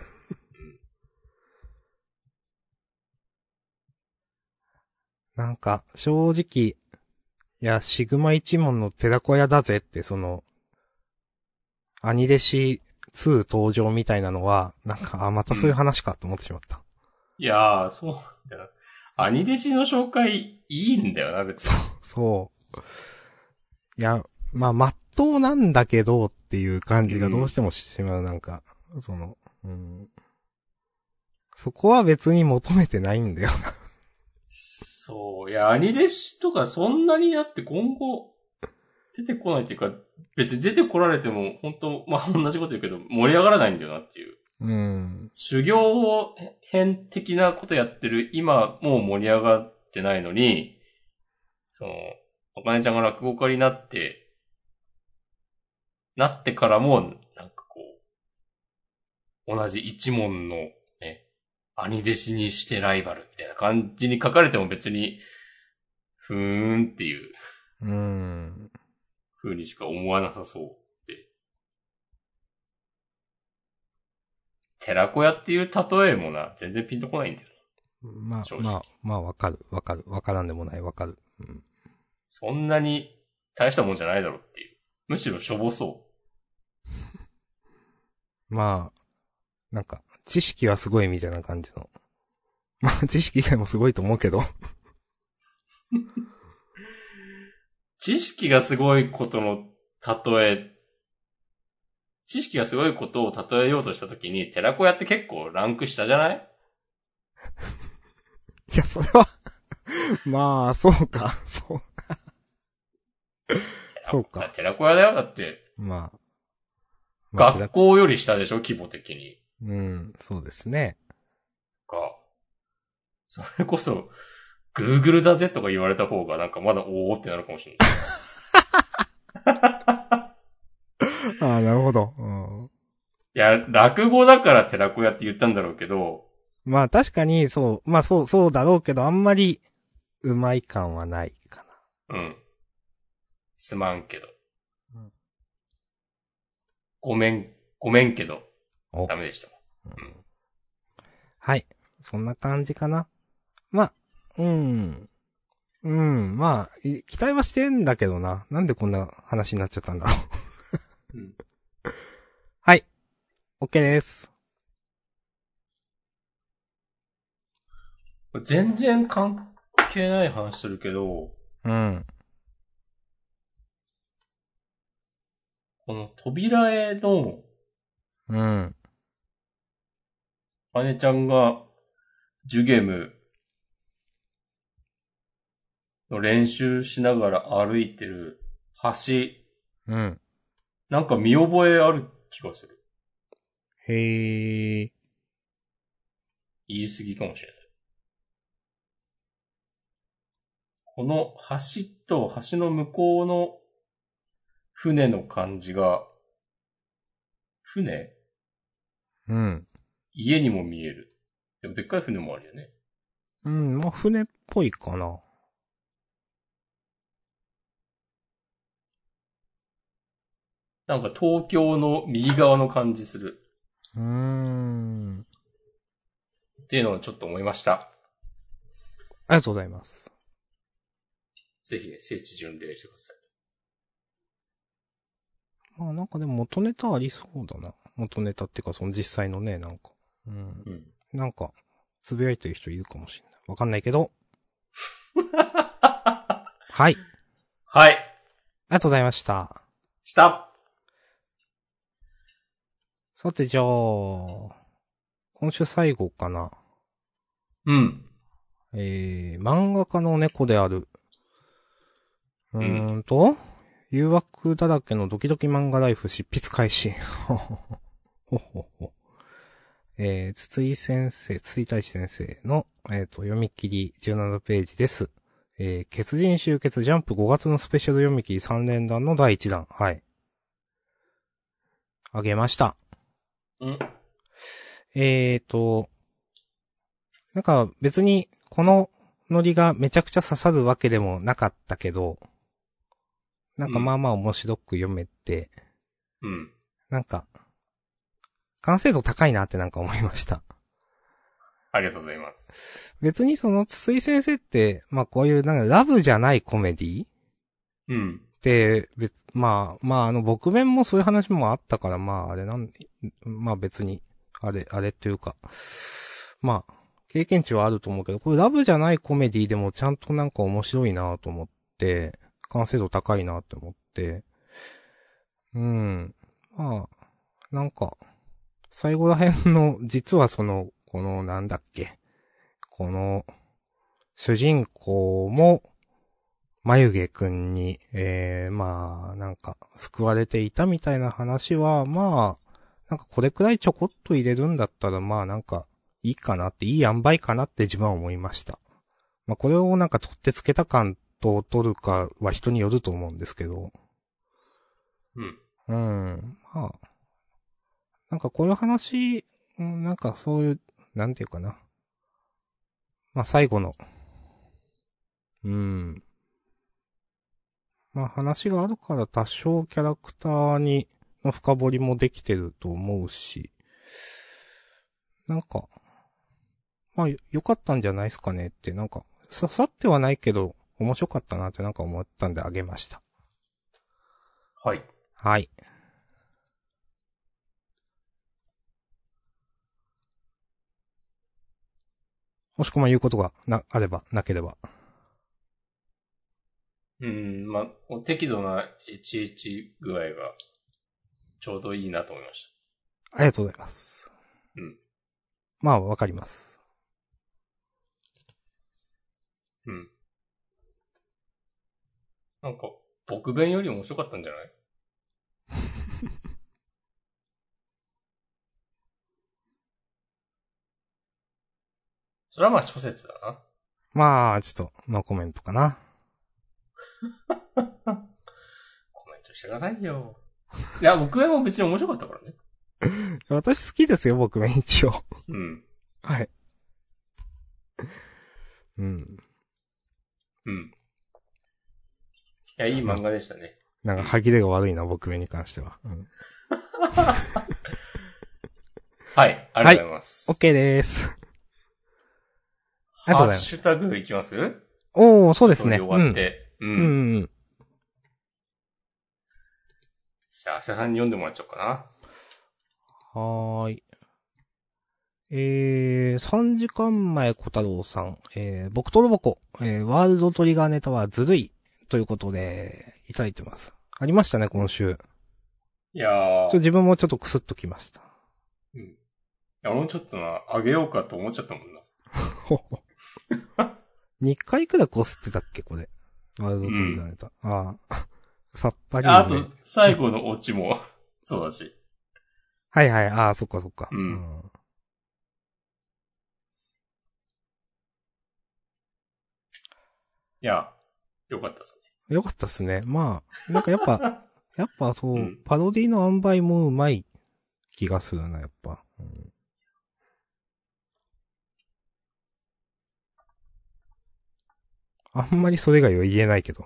なんか、正直、いや、シグマ一門の寺子屋だぜって、その、アニレシツー登場みたいなのは、なんか、あ、またそういう話かと思ってしまった。 いやー、そうだよ。アニ弟子の紹介いいんだよな、別に。 そう。いや、まあ、まっとうなんだけどっていう感じがどうしてもしてしまう、なんか、その、うん。そこは別に求めてないんだよな。 そう。いや、アニ弟子とかそんなになって今後出てこないっていうか、別に出てこられても本当まあ同じこと言うけど盛り上がらないんだよなっていう。 うん。 修行編的なことやってる今もう盛り上がってないのに、その、お金ちゃんが落語家になって、なってからも、なんかこう、同じ一門のね、兄弟子にしてライバルみたいな感じに書かれても別に、ふーんっていう、 うーん。 風にしか思わなさそうで。寺子屋っていう例えもな、全然ピンとこないんだよまあ、 正直まあ、まあ、わかる、わかる、わからんでもない、わかる。うん。 そんなに大したもんじゃないだろうっていう。むしろしょぼそまあ、なんか、知識はすごいみたいな感じの。まあ、知識以外もすごいと思うけど。 う。知識がすごいことの例え、知識がすごいことを例えようとしたときに、寺子屋って結構ランク下じゃない？ いや、それはまあ、そうか、そう。そうか。 寺子屋だよ、だって。 まあ。まあ、 学校より下でしょ、規模的に。 うん、そうですね。 か。それこそ、Google だぜとか言われた方がなんかまだおーってなるかもしれない。 ああ、なるほど。うん、 いや、落語だから寺子屋って言ったんだろうけど。 まあ確かに、そう、まあそう、そうだろうけど、あんまり、うまい感はないかうん。すまんけど。 うん、 ごめん、ごめんけど。 おダメでした。うん。 はい。そんな感じかな。まあ、うん。うん、まあ、期待はしてんだけどな。なんでこんな話になっちゃったんだろう。うん、はい。OK です。 全然関係ない話するけど、 うん。 この扉絵の、 うん。 姉ちゃんが、ジュゲームの練習しながら歩いてる橋。 うん。 なんか見覚えある気がする。 へー。 言い過ぎかもしれない。この橋と橋の向こうの船の感じが、船？ うん。 家にも見える。でもでっかい船もあるよね。 うん、まあ、船っぽいかな。 なんか東京の右側の感じする。 うーん。 っていうのをちょっと思いました。 ありがとうございます。 ぜひね、聖地巡礼してください。 まあなんかでも元ネタありそうだな。元ネタっていうかその実際のね、なんか。うん。うん、なんか、つぶやいてる人いるかもしれない。わかんないけど。はい。 はい。ありがとうございました。 した。 さてじゃあ、今週最後かな。 うん。 えー、漫画家の猫である。うーんと、うん、誘惑だらけのドキドキ漫画ライフ執筆開始。ほほほ。えー、筒井先生、筒井大志先生の、えっと、読み切りじゅうななページです。えー、血人集結ジャンプごがつのスペシャル読み切りさん連弾のだいいちだん。はい。あげました。 うん。 えーと、なんか別にこのノリがめちゃくちゃ刺さるわけでもなかったけど、なんかまあまあ面白く読めて、 うん。 なんか、完成度高いなってなんか思いました。 ありがとうございます。 別にその筒井先生って、まあこういうなんかラブじゃないコメディうん。 で、別、まあ、まああの、僕弁もそういう話もあったから、まああれなん、まあ別に、あれ、あれっていうか、まあ、経験値はあると思うけど、これラブじゃないコメディでもちゃんとなんか面白いなと思って、完成度高いなって思って、うん。まあ、なんか、最後ら辺の、実はその、このなんだっけ、この、主人公も、眉毛くんに、えー、まあ、なんか、救われていたみたいな話は、まあ、 なんかこれくらいちょこっと入れるんだったら、まあなんか、いいかなって、いい塩梅かなって自分は思いました。まあこれをなんか取ってつけた感と取るかは人によると思うんですけど。 うん。 うん。まあ。なんかこういう話、うん、なんかそういう、なんていうかな。まあ最後の。うん。まあ話があるから多少キャラクターに、の深掘りもできてると思うし。なんか、まあ良かったんじゃないですかねって、なんか、刺さってはないけど、面白かったなってなんか思ったんであげました。 はい。 はい。もしくは言うことがな、あれば、なければ。 うん、まあ、適度な エイチエイチ 具合がちょうどいいなと思いましありがとうございます。 うん。 まあ、わかります。 うん。なんか、僕弁より面白かったんじゃないそれはまあ諸説だな。 まあ、ちょっと、ノーコメントかな。 コメントしてくださいよ。いや、僕弁も別に面白かったからね。 私好きですよ、僕弁一応。 うん。 はい。うん。 うん。いや、いい漫画でしたね。 なんか、歯切れが悪いな、僕弁に関しては。うん。 はい、ありがとうございます。 はい、OK でーす。ありがとうございます。 ハッシュタグいきます？ おー、そうですね。 終わって。うん。うん。 うんうん。 じゃあ、明日さんに読んでもらっちゃおうかな。 はーい。えー、さんじかんまえ小太郎さん、えー、僕とロボコ、えー、ワールドトリガーネタはずるい、ということで、いただいてます。ありましたね、今週。 いやー。 ちょ、自分もちょっとクスッときました。 うん。いや、俺もちょっとな、あげようかと思っちゃったもんな。 ほほ。にかいくらいこすってたっけ、これ。ワールドトリガーネタ。うん、ああ。さっぱり、ね。 あと、最後のオチも、そうだし。 はいはい、ああ、そっかそっか。 うん。うん、いや、よかったですね。よかったっすね。まあ、なんかやっぱ、やっぱそう、うん、パロディの塩梅もうまい気がするな、やっぱ。うん、あんまりそれ以外は言えないけど。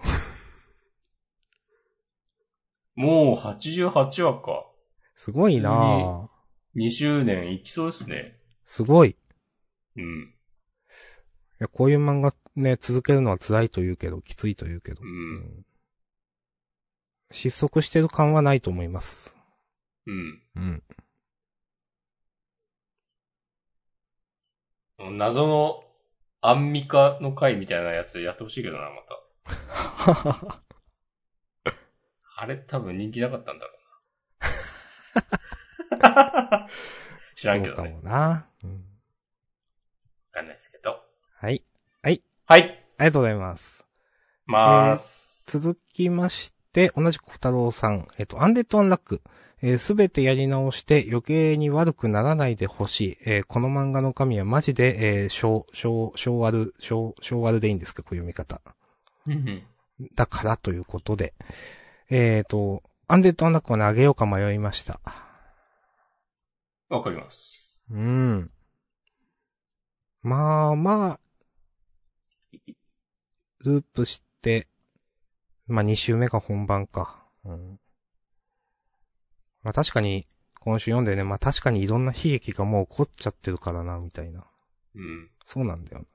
もうはちじゅうはちわか。 すごいなぁ。 にしゅうねんいきそうですね。 すごい。 うん。 いや、こういう漫画ね、続けるのは辛いと言うけど、きついと言うけど。 うん。うん、 失速してる感はないと思います。 うん。 うん。 謎のアンミカの回みたいなやつやってほしいけどな、また。あれ多分人気なかったんだろうな。知らんけどね。 そうかもな。うん。わかんないですけど。 はい。はい。 はい。 ありがとうございます。 まーす。 えー、続きまして、同じく小太郎さん。えっと、アンデッドアンラック。えー、すべてやり直して余計に悪くならないでほしい。えー、この漫画の神はマジで、えー、小、小、小悪、小、小悪でいいんですか、こういう読み方。だからということで。えっと、アンデッドアンラックはね、あげようか迷いました。 わかります。 うん。まあまあ、ループして、まあに週目が本番か。うん。まあ確かに、今週読んでね、まあ確かにいろんな悲劇がもう起こっちゃってるからな、みたいな。 うん。 そうなんだよ。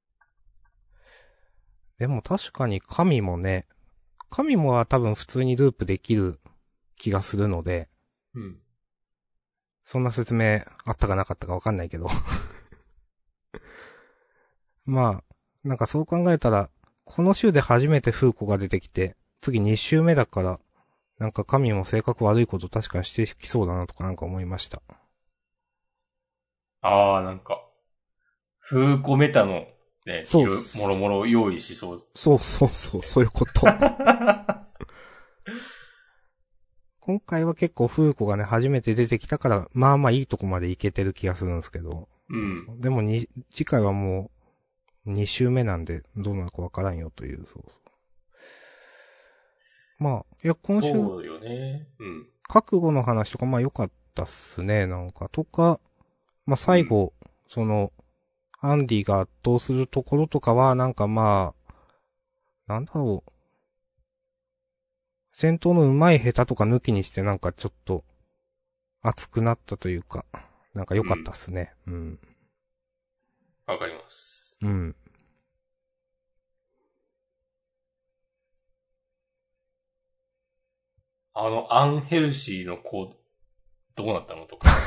でも確かに神もね、神もは多分普通にループできる気がするので、 うん。 そんな説明あったかなかったかわかんないけど。まあ、なんかそう考えたら、この週で初めてフーコが出てきて、次に週目だから、なんか神も性格悪いこと確かにしてきそうだなとかなんか思いました。 あー、なんか、フーコメタのね、 そう。 もろもろ用意しそう。 そうそうそう、そういうこと。 今回は結構フーコがね、初めて出てきたから、まあまあいいとこまでいけてる気がするんですけど。 うん。 そうそうでもに、次回はもう、に週目なんで、どうなるかわからんよという、そうそう。まあ、いや、今週、 そうよね。うん。 覚悟の話とか、まあ良かったっすね、なんか。とか、まあ最後、うん、その、アンディが圧倒するところとかは、なんかまあ、なんだろう。戦闘の上手い下手とか抜きにしてなんかちょっと、熱くなったというか、なんか良かったっすね。うん。 わ、うん、かります。 うん。 あの、アンヘルシーの子、どうなったのとか思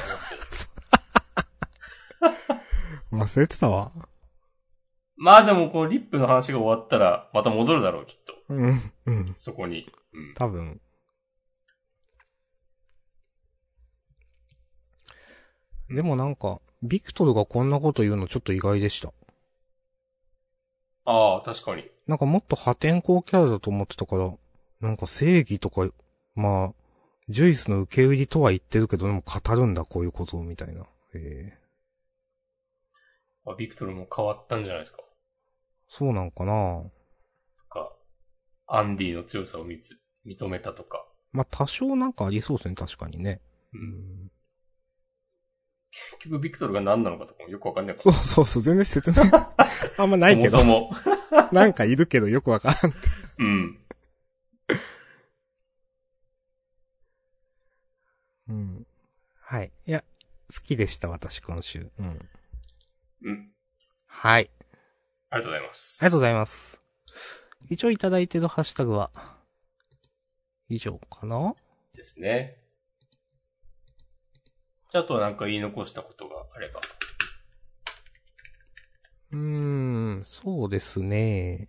ってた。 忘れてたわ。 まあでも、こう、リップの話が終わったら、また戻るだろう、きっと。 うん、うん。 そこに。うん。 多分。でもなんか、ビクトルがこんなこと言うのちょっと意外でした。 ああ、確かに。 なんかもっと破天荒キャラだと思ってたから、なんか正義とか、まあ、ジュイスの受け売りとは言ってるけど、でも語るんだ、こういうことを、みたいな。ええあ、ビクトルも変わったんじゃないですか。 そうなんかなとか、アンディの強さを見つ、認めたとか。 まあ多少なんかありそうですね、確かにね。 うん。結局ビクトルが何なのかとかもよくわかんないから。そうそうそう、全然説明あんまないけど。 そもそも。 なんかいるけどよくわからん。 うん。 うん。はい。いや、好きでした、私、今週。うん。 うん。 はい。 ありがとうございます。 ありがとうございます。一応いただいてるハッシュタグは、以上かなですね。じゃあ、あとはなんか言い残したことがあれば。 うーん、そうですね。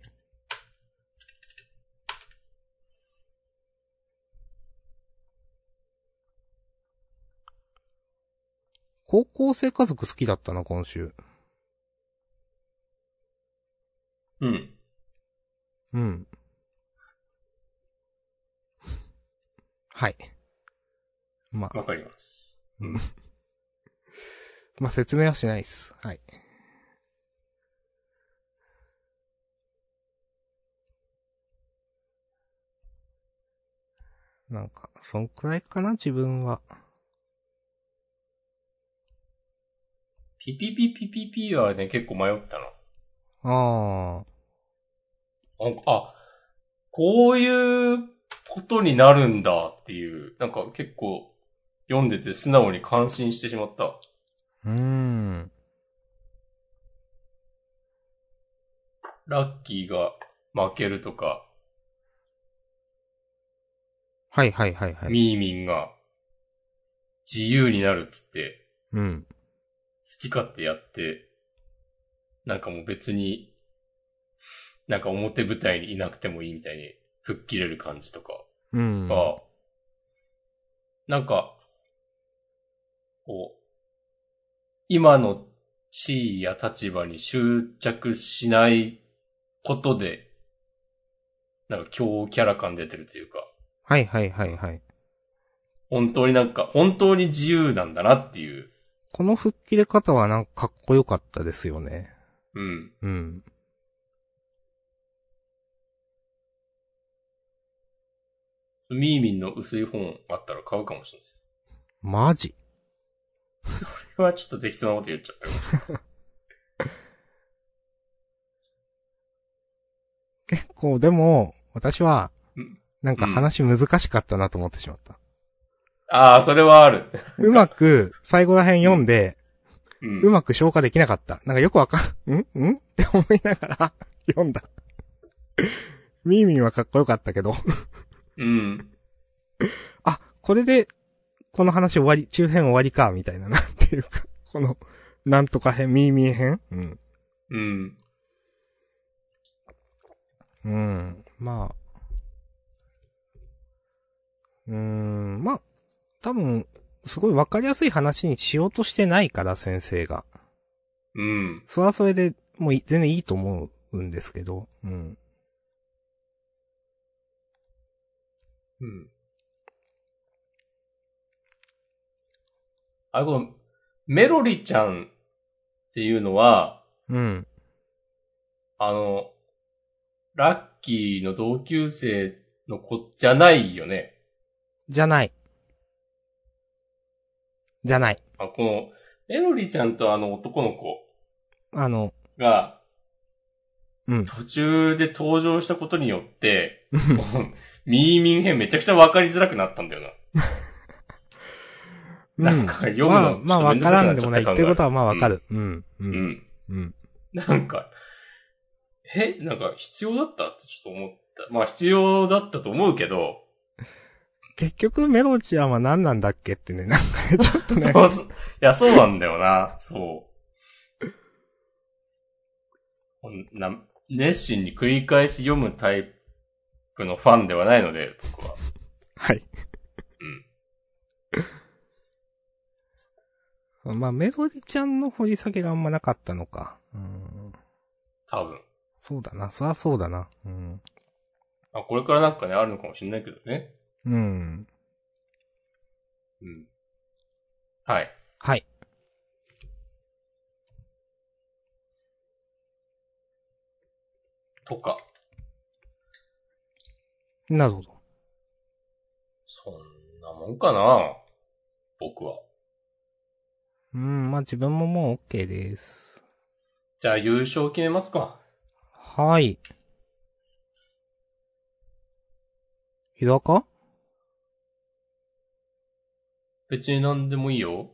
高校生家族好きだったな、今週。 うん。 うん。はい。まあ。 わかります。 うん。まあ、説明はしないっす。はい。なんか、そんくらいかな、自分は。 ピピピピピピはね、結構迷ったの。 ああ。あ、こういうことになるんだっていう、なんか結構読んでて素直に感心してしまった。 うーん。 ラッキーが負けるとか、 はいはいはいはい。 ミーミンが自由になるっつって、 うん。 好き勝手やって、なんかもう別に、なんか表舞台にいなくてもいいみたいに吹っ切れる感じとかうん。 が、なんか、こう、今の地位や立場に執着しないことで、なんか強キャラ感出てるというか、 はいはいはいはい。 本当になんか、本当に自由なんだなっていう。 この吹っ切れ方はなんかかっこよかったですよね。 うん。 うん。 ミーミンの薄い本あったら買うかもしれない。 マジそれはちょっと適当なこと言っちゃったよ。 結構でも、私は、 うん、 なんか話難しかったなと思ってしまった。 ああ、それはある。 うまく、最後ら辺読んで、 うん、 うまく消化できなかった。なんかよくわかん、んんって思いながら読んだ。ミーミンはかっこよかったけどうん。 あ、これで、この話終わり、中編終わりか、みたいな、なんていうか、この、なんとか編、ミーミン編うん。 うん。 うん。まあ。うーん。まあ、多分、すごいわかりやすい話にしようとしてないから、先生が。 うん。 それはそれで、もうい全然いいと思うんですけど。うん。 うん。 あ、この、メロリちゃんっていうのは、 うん。 あの、ラッキーの同級生の子じゃないよね。 じゃない。じゃない。 あ、この、メロリちゃんとあの男の子あの、 が、 うん。 途中で登場したことによって、ミーミン編めちゃくちゃわかりづらくなったんだよな。 うん。 なんか読むのまあ、まあ、わからんでもないってことはまあわかる。 る。うん。ううん。うん。 うん。 なんか、え、なんか必要だったってちょっと思った。まあ必要だったと思うけど。 結局メロちゃんは何なんだっけってね、なんかね、ちょっとね。 そうそう。いや、そうなんだよな。そう。な熱心に繰り返し読むタイプのファンではないので、僕は。 はい。 うん。 まあ、メロディちゃんの掘り下げがあんまなかったのか。うん。 多分。 そうだな。そりゃそうだな。うん。 あ、これからなんかね、あるのかもしれないけどね。 うん。 うん。はい。 はい。 とか。 なるほど。 そんなもんかな。僕は。 うん、まあ自分ももう OK です。 じゃあ優勝決めますか。 はい。ヒロアカ？ 別に何でもいいよ。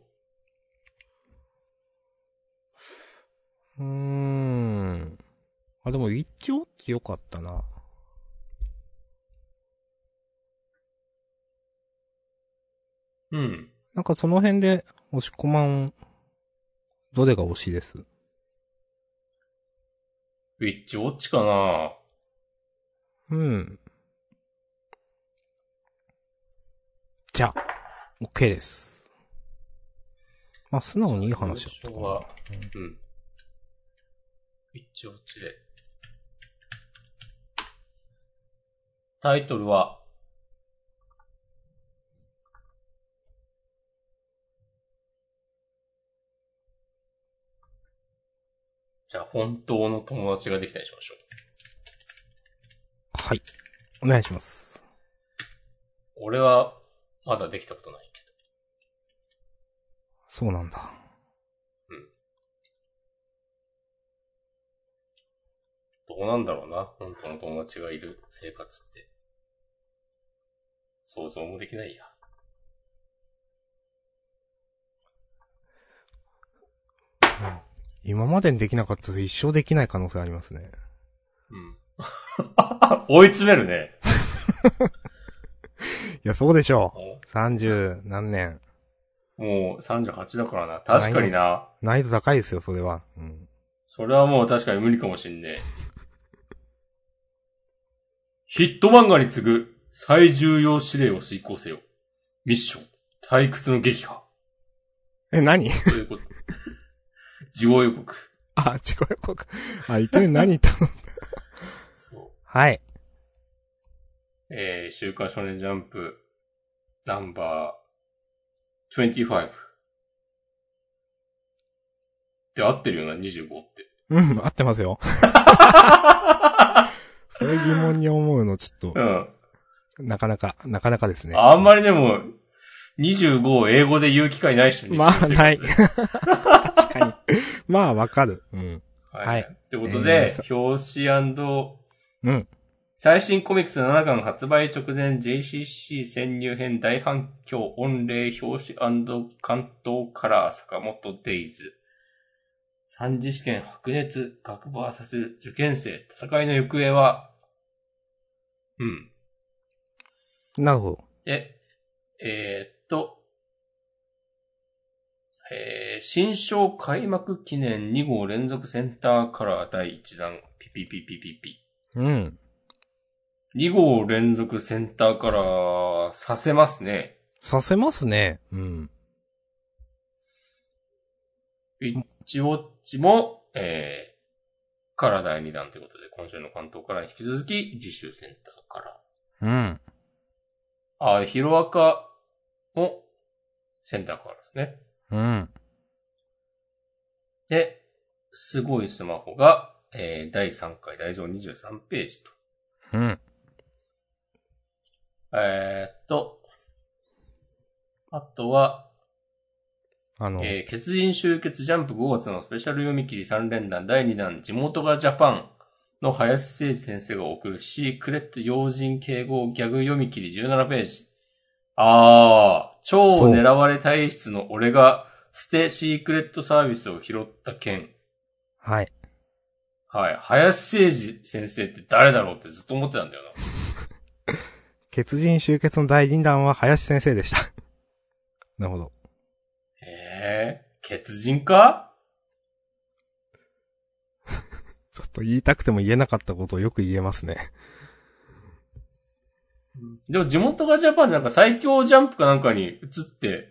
うーん。あ、でも、ウィッチウォッチ良かったな。 うん。 なんかその辺で、押し込まん、どれが推しです？ ウィッチウォッチかな。 うん。じゃあ、OK です。まあ、素直にいい話だったかな。 は、うん。ウィッチウォッチで。タイトルは、じゃあ本当の友達ができたりしましょう。 はい。お願いします。 俺は、まだできたことないけそうなんだ。 ど。うん。どうなんだろうな。本当の友達がいる生活って。想像もできないや。 今までにできなかったら一生できない可能性ありますね。 うん。追い詰めるね。 いや、そうでしょう。三十何年。 もうさんじゅうはちだからな。確かにな。 難易度高いですよ、それは。うん。 それはもう確かに無理かもしんねえ。ヒット漫画に次ぐ最重要指令を遂行せよ。ミッション。退屈の撃破。 え、何？ ということ。事後予告。 あ、事後予告。あ、いきなり何言ったの？ そう。 はい。 えー、週刊少年ジャンプ、ナンバーにじゅうご。って合ってるよな、にじゅうごって。 うん、合ってますよ。それ疑問に思うのちょっと。うん。なかなか、なかなかですね。 あんまりでも、にじゅうごを英語で言う機会ない人に。 まあ、ない。確かに。まあ、わかる。うん。 はい。 はい。 ってことで、 えー、 表紙 「うん。 最新コミックスななかん発売直前 ジェイシーシー 潜入編大反響御礼表紙&関東カラー坂本デイズ。三次試験白熱学バーサス受験生戦いの行方は、うん。 なるほど。 え、えー、っと、えー、新章開幕記念に号連続センターカラーだいいち弾ピピピピピピ。 うん。 に号連続センターカラーさせますね。 させますね。うん。 ウィッチウォッチも、えー、カラーだいに弾ということで、今週の関東から引き続き、次週センターカラー。うん。 あ、ヒロアカも、センターカラーですね。 うん。 で、すごいスマホが、えー、だいさんかい大蔵にじゅうさんページと。 うん。 えーっと、あとは、 あの、 えー、血人集結ジャンプごがつのスペシャル読み切りさん連弾だいにだん地元がジャパンの林誠司先生が送るシークレット要人敬語ギャグ読み切りじゅうななページ。あー、超狙われ体質の俺が捨てシークレットサービスを拾った件。 はい。 はい。林誠司先生って誰だろうってずっと思ってたんだよな。 血人集結の第二弾は林先生でした。なるほど。 へえ、血人かちょっと言いたくても言えなかったことをよく言えますね。 でも地元がジャパンでなんか最強ジャンプかなんかに移って、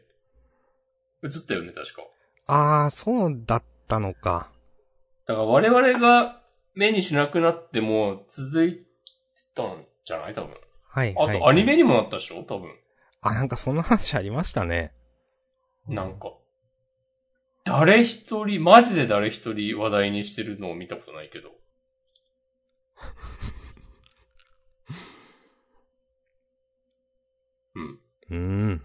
移ったよね、確か。 あー、そうだったのか。 だから我々が目にしなくなっても続いてたんじゃない多分。 はい。 あとアニメにもなったでしょ多分。 あ、なんかそんな話ありましたね。 なんか。誰一人、マジで誰一人話題にしてるのを見たことないけど。うん。 うーん。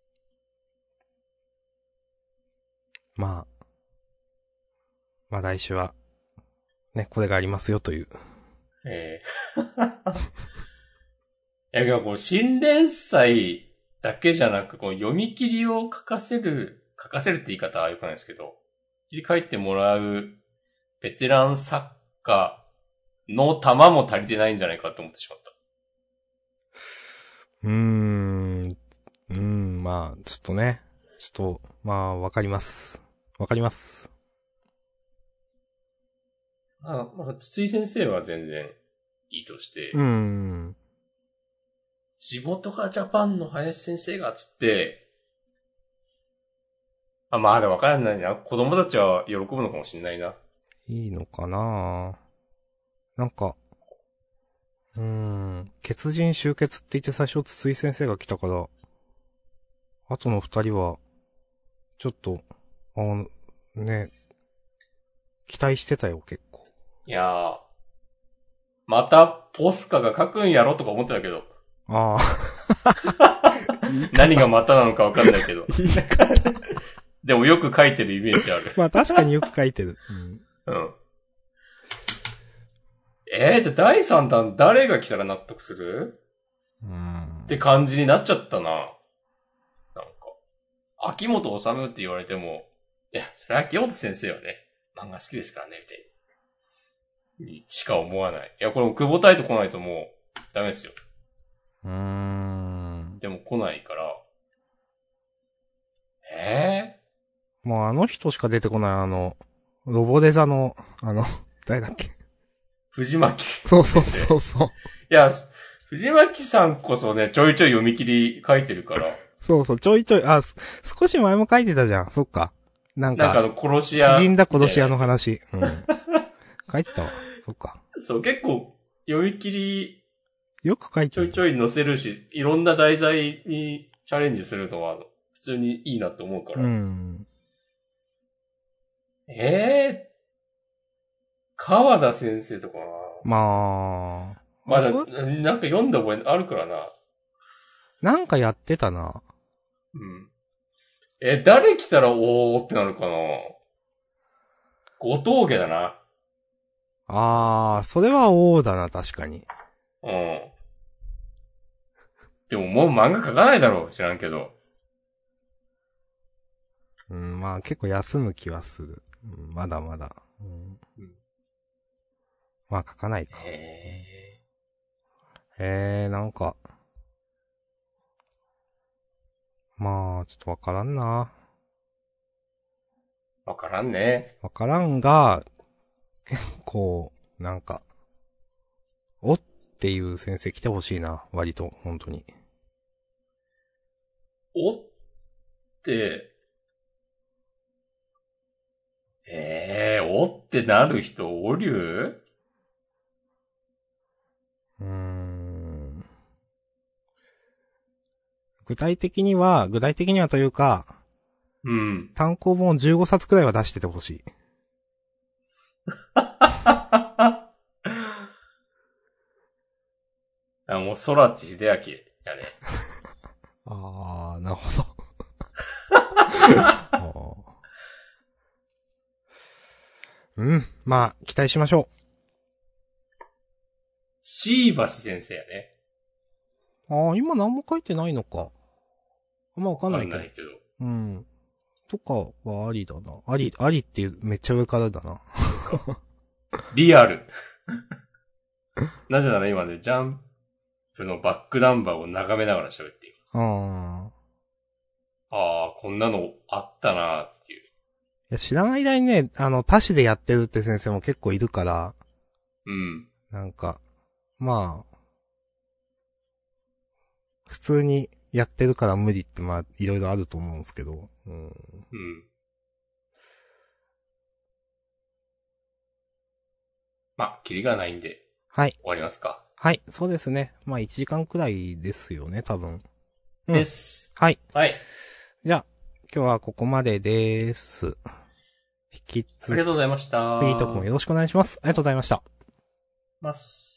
まあ。まあ来週は、ね、これがありますよという。 ええー。いや、こう、新連載だけじゃなく、こう、読み切りを書かせる、書かせるって言い方はよくないですけど、切り書いてもらうベテラン作家の玉も足りてないんじゃないかと思ってしまった。 うーん。うーん、まあ、ちょっとね。ちょっと、まあ、わかります。わかります。 あ、まあ、筒井先生は全然いいとして。 うーん。 地元がジャパンの林先生がつって、あ、まあでもわかんないな。子供たちは喜ぶのかもしれないな。 いいのかななんか、うーん。血人集結って言って最初筒井先生が来たから、あとの二人は、ちょっと、あの、ね、期待してたよ、結構。 いやー。また、ポスカが書くんやろとか思ってたけど。 ああ。 何がまたなのかわかんないけど。でもよく書いてるイメージある。 まあ確かによく書いてる。 うん。うん。えー、じゃあだいさん弾誰が来たら納得するうん。 って感じになっちゃったな。なんか。秋元治って言われても、いや、それは秋元先生はね、漫画好きですからね、みたいに。しか思わない。いや、これも久保太斗来ないともう、ダメですよ。 うーん。 でも来ないから。えもうあの人しか出てこない、あの、ロボデザの、あの、誰だっけ藤巻。 そうそうそうそう。 いや、藤巻さんこそね、ちょいちょい読み切り書いてるから。 そうそう、ちょいちょい、あ、少し前も書いてたじゃん。そっか。なんか、 なんかあの、殺し屋。 縮んだ殺し屋の話。うん。書いてたわ。そっか。 そう、結構、読み切り、 よく書いてる。 ちょいちょい載せるし、いろんな題材にチャレンジするのは、普通にいいなと思うから。 うん。 ええー、川田先生とかな。 まあ。 まだ、なんか読んだ覚えあるからな。 なんかやってたな。 うん。え、誰来たらおーってなるかな。後藤家だな。 あー、それは王だな、確かに。 うん。でももう漫画描かないだろう。知らんけど。 うん、まあ結構休む気はする。うん、まだまだ。うん、 うん、 まあ書かないか。 へー。へー、なんか。まあ、ちょっとわからんな。 わからんね。 わからんが、結構、なんか、おっていう先生来てほしいな、割と、本当に。 おって、ええー、おってなる人おりゅうーん。具体的には、具体的にはというか、 うん。 単行本じゅうごさつくらいは出しててほしい。 あ、もう、空知秀明やね。 あー、なるほど。うん。まあ、期待しましょう。 椎橋先生やね。 ああ、今何も書いてないのか。あんまわかんないけど。 わかんないけど。 うん。とかはありだな。あり、ありっていうめっちゃ上からだな。 リアル。なぜなら今ね、ジャンプのバックナンバーを眺めながら喋っています。 ああ。ああ、こんなのあったなーっていう。 いや、知らない間にね、あの、他市でやってるって先生も結構いるから、 うん。 なんか、まあ、普通にやってるから無理ってまあ、いろいろあると思うんですけど。うん。 うん。まあ、キリがないんで。 はい。 終わりますか。 はい、そうですね。まあ、いちじかんくらいですよね、多分。うん、 です。 はい。 はい。 じゃあ、今日はここまでです。引き続き、 ありがとうございました。 フリートークもよろしくお願いします。ありがとうございました。 ます。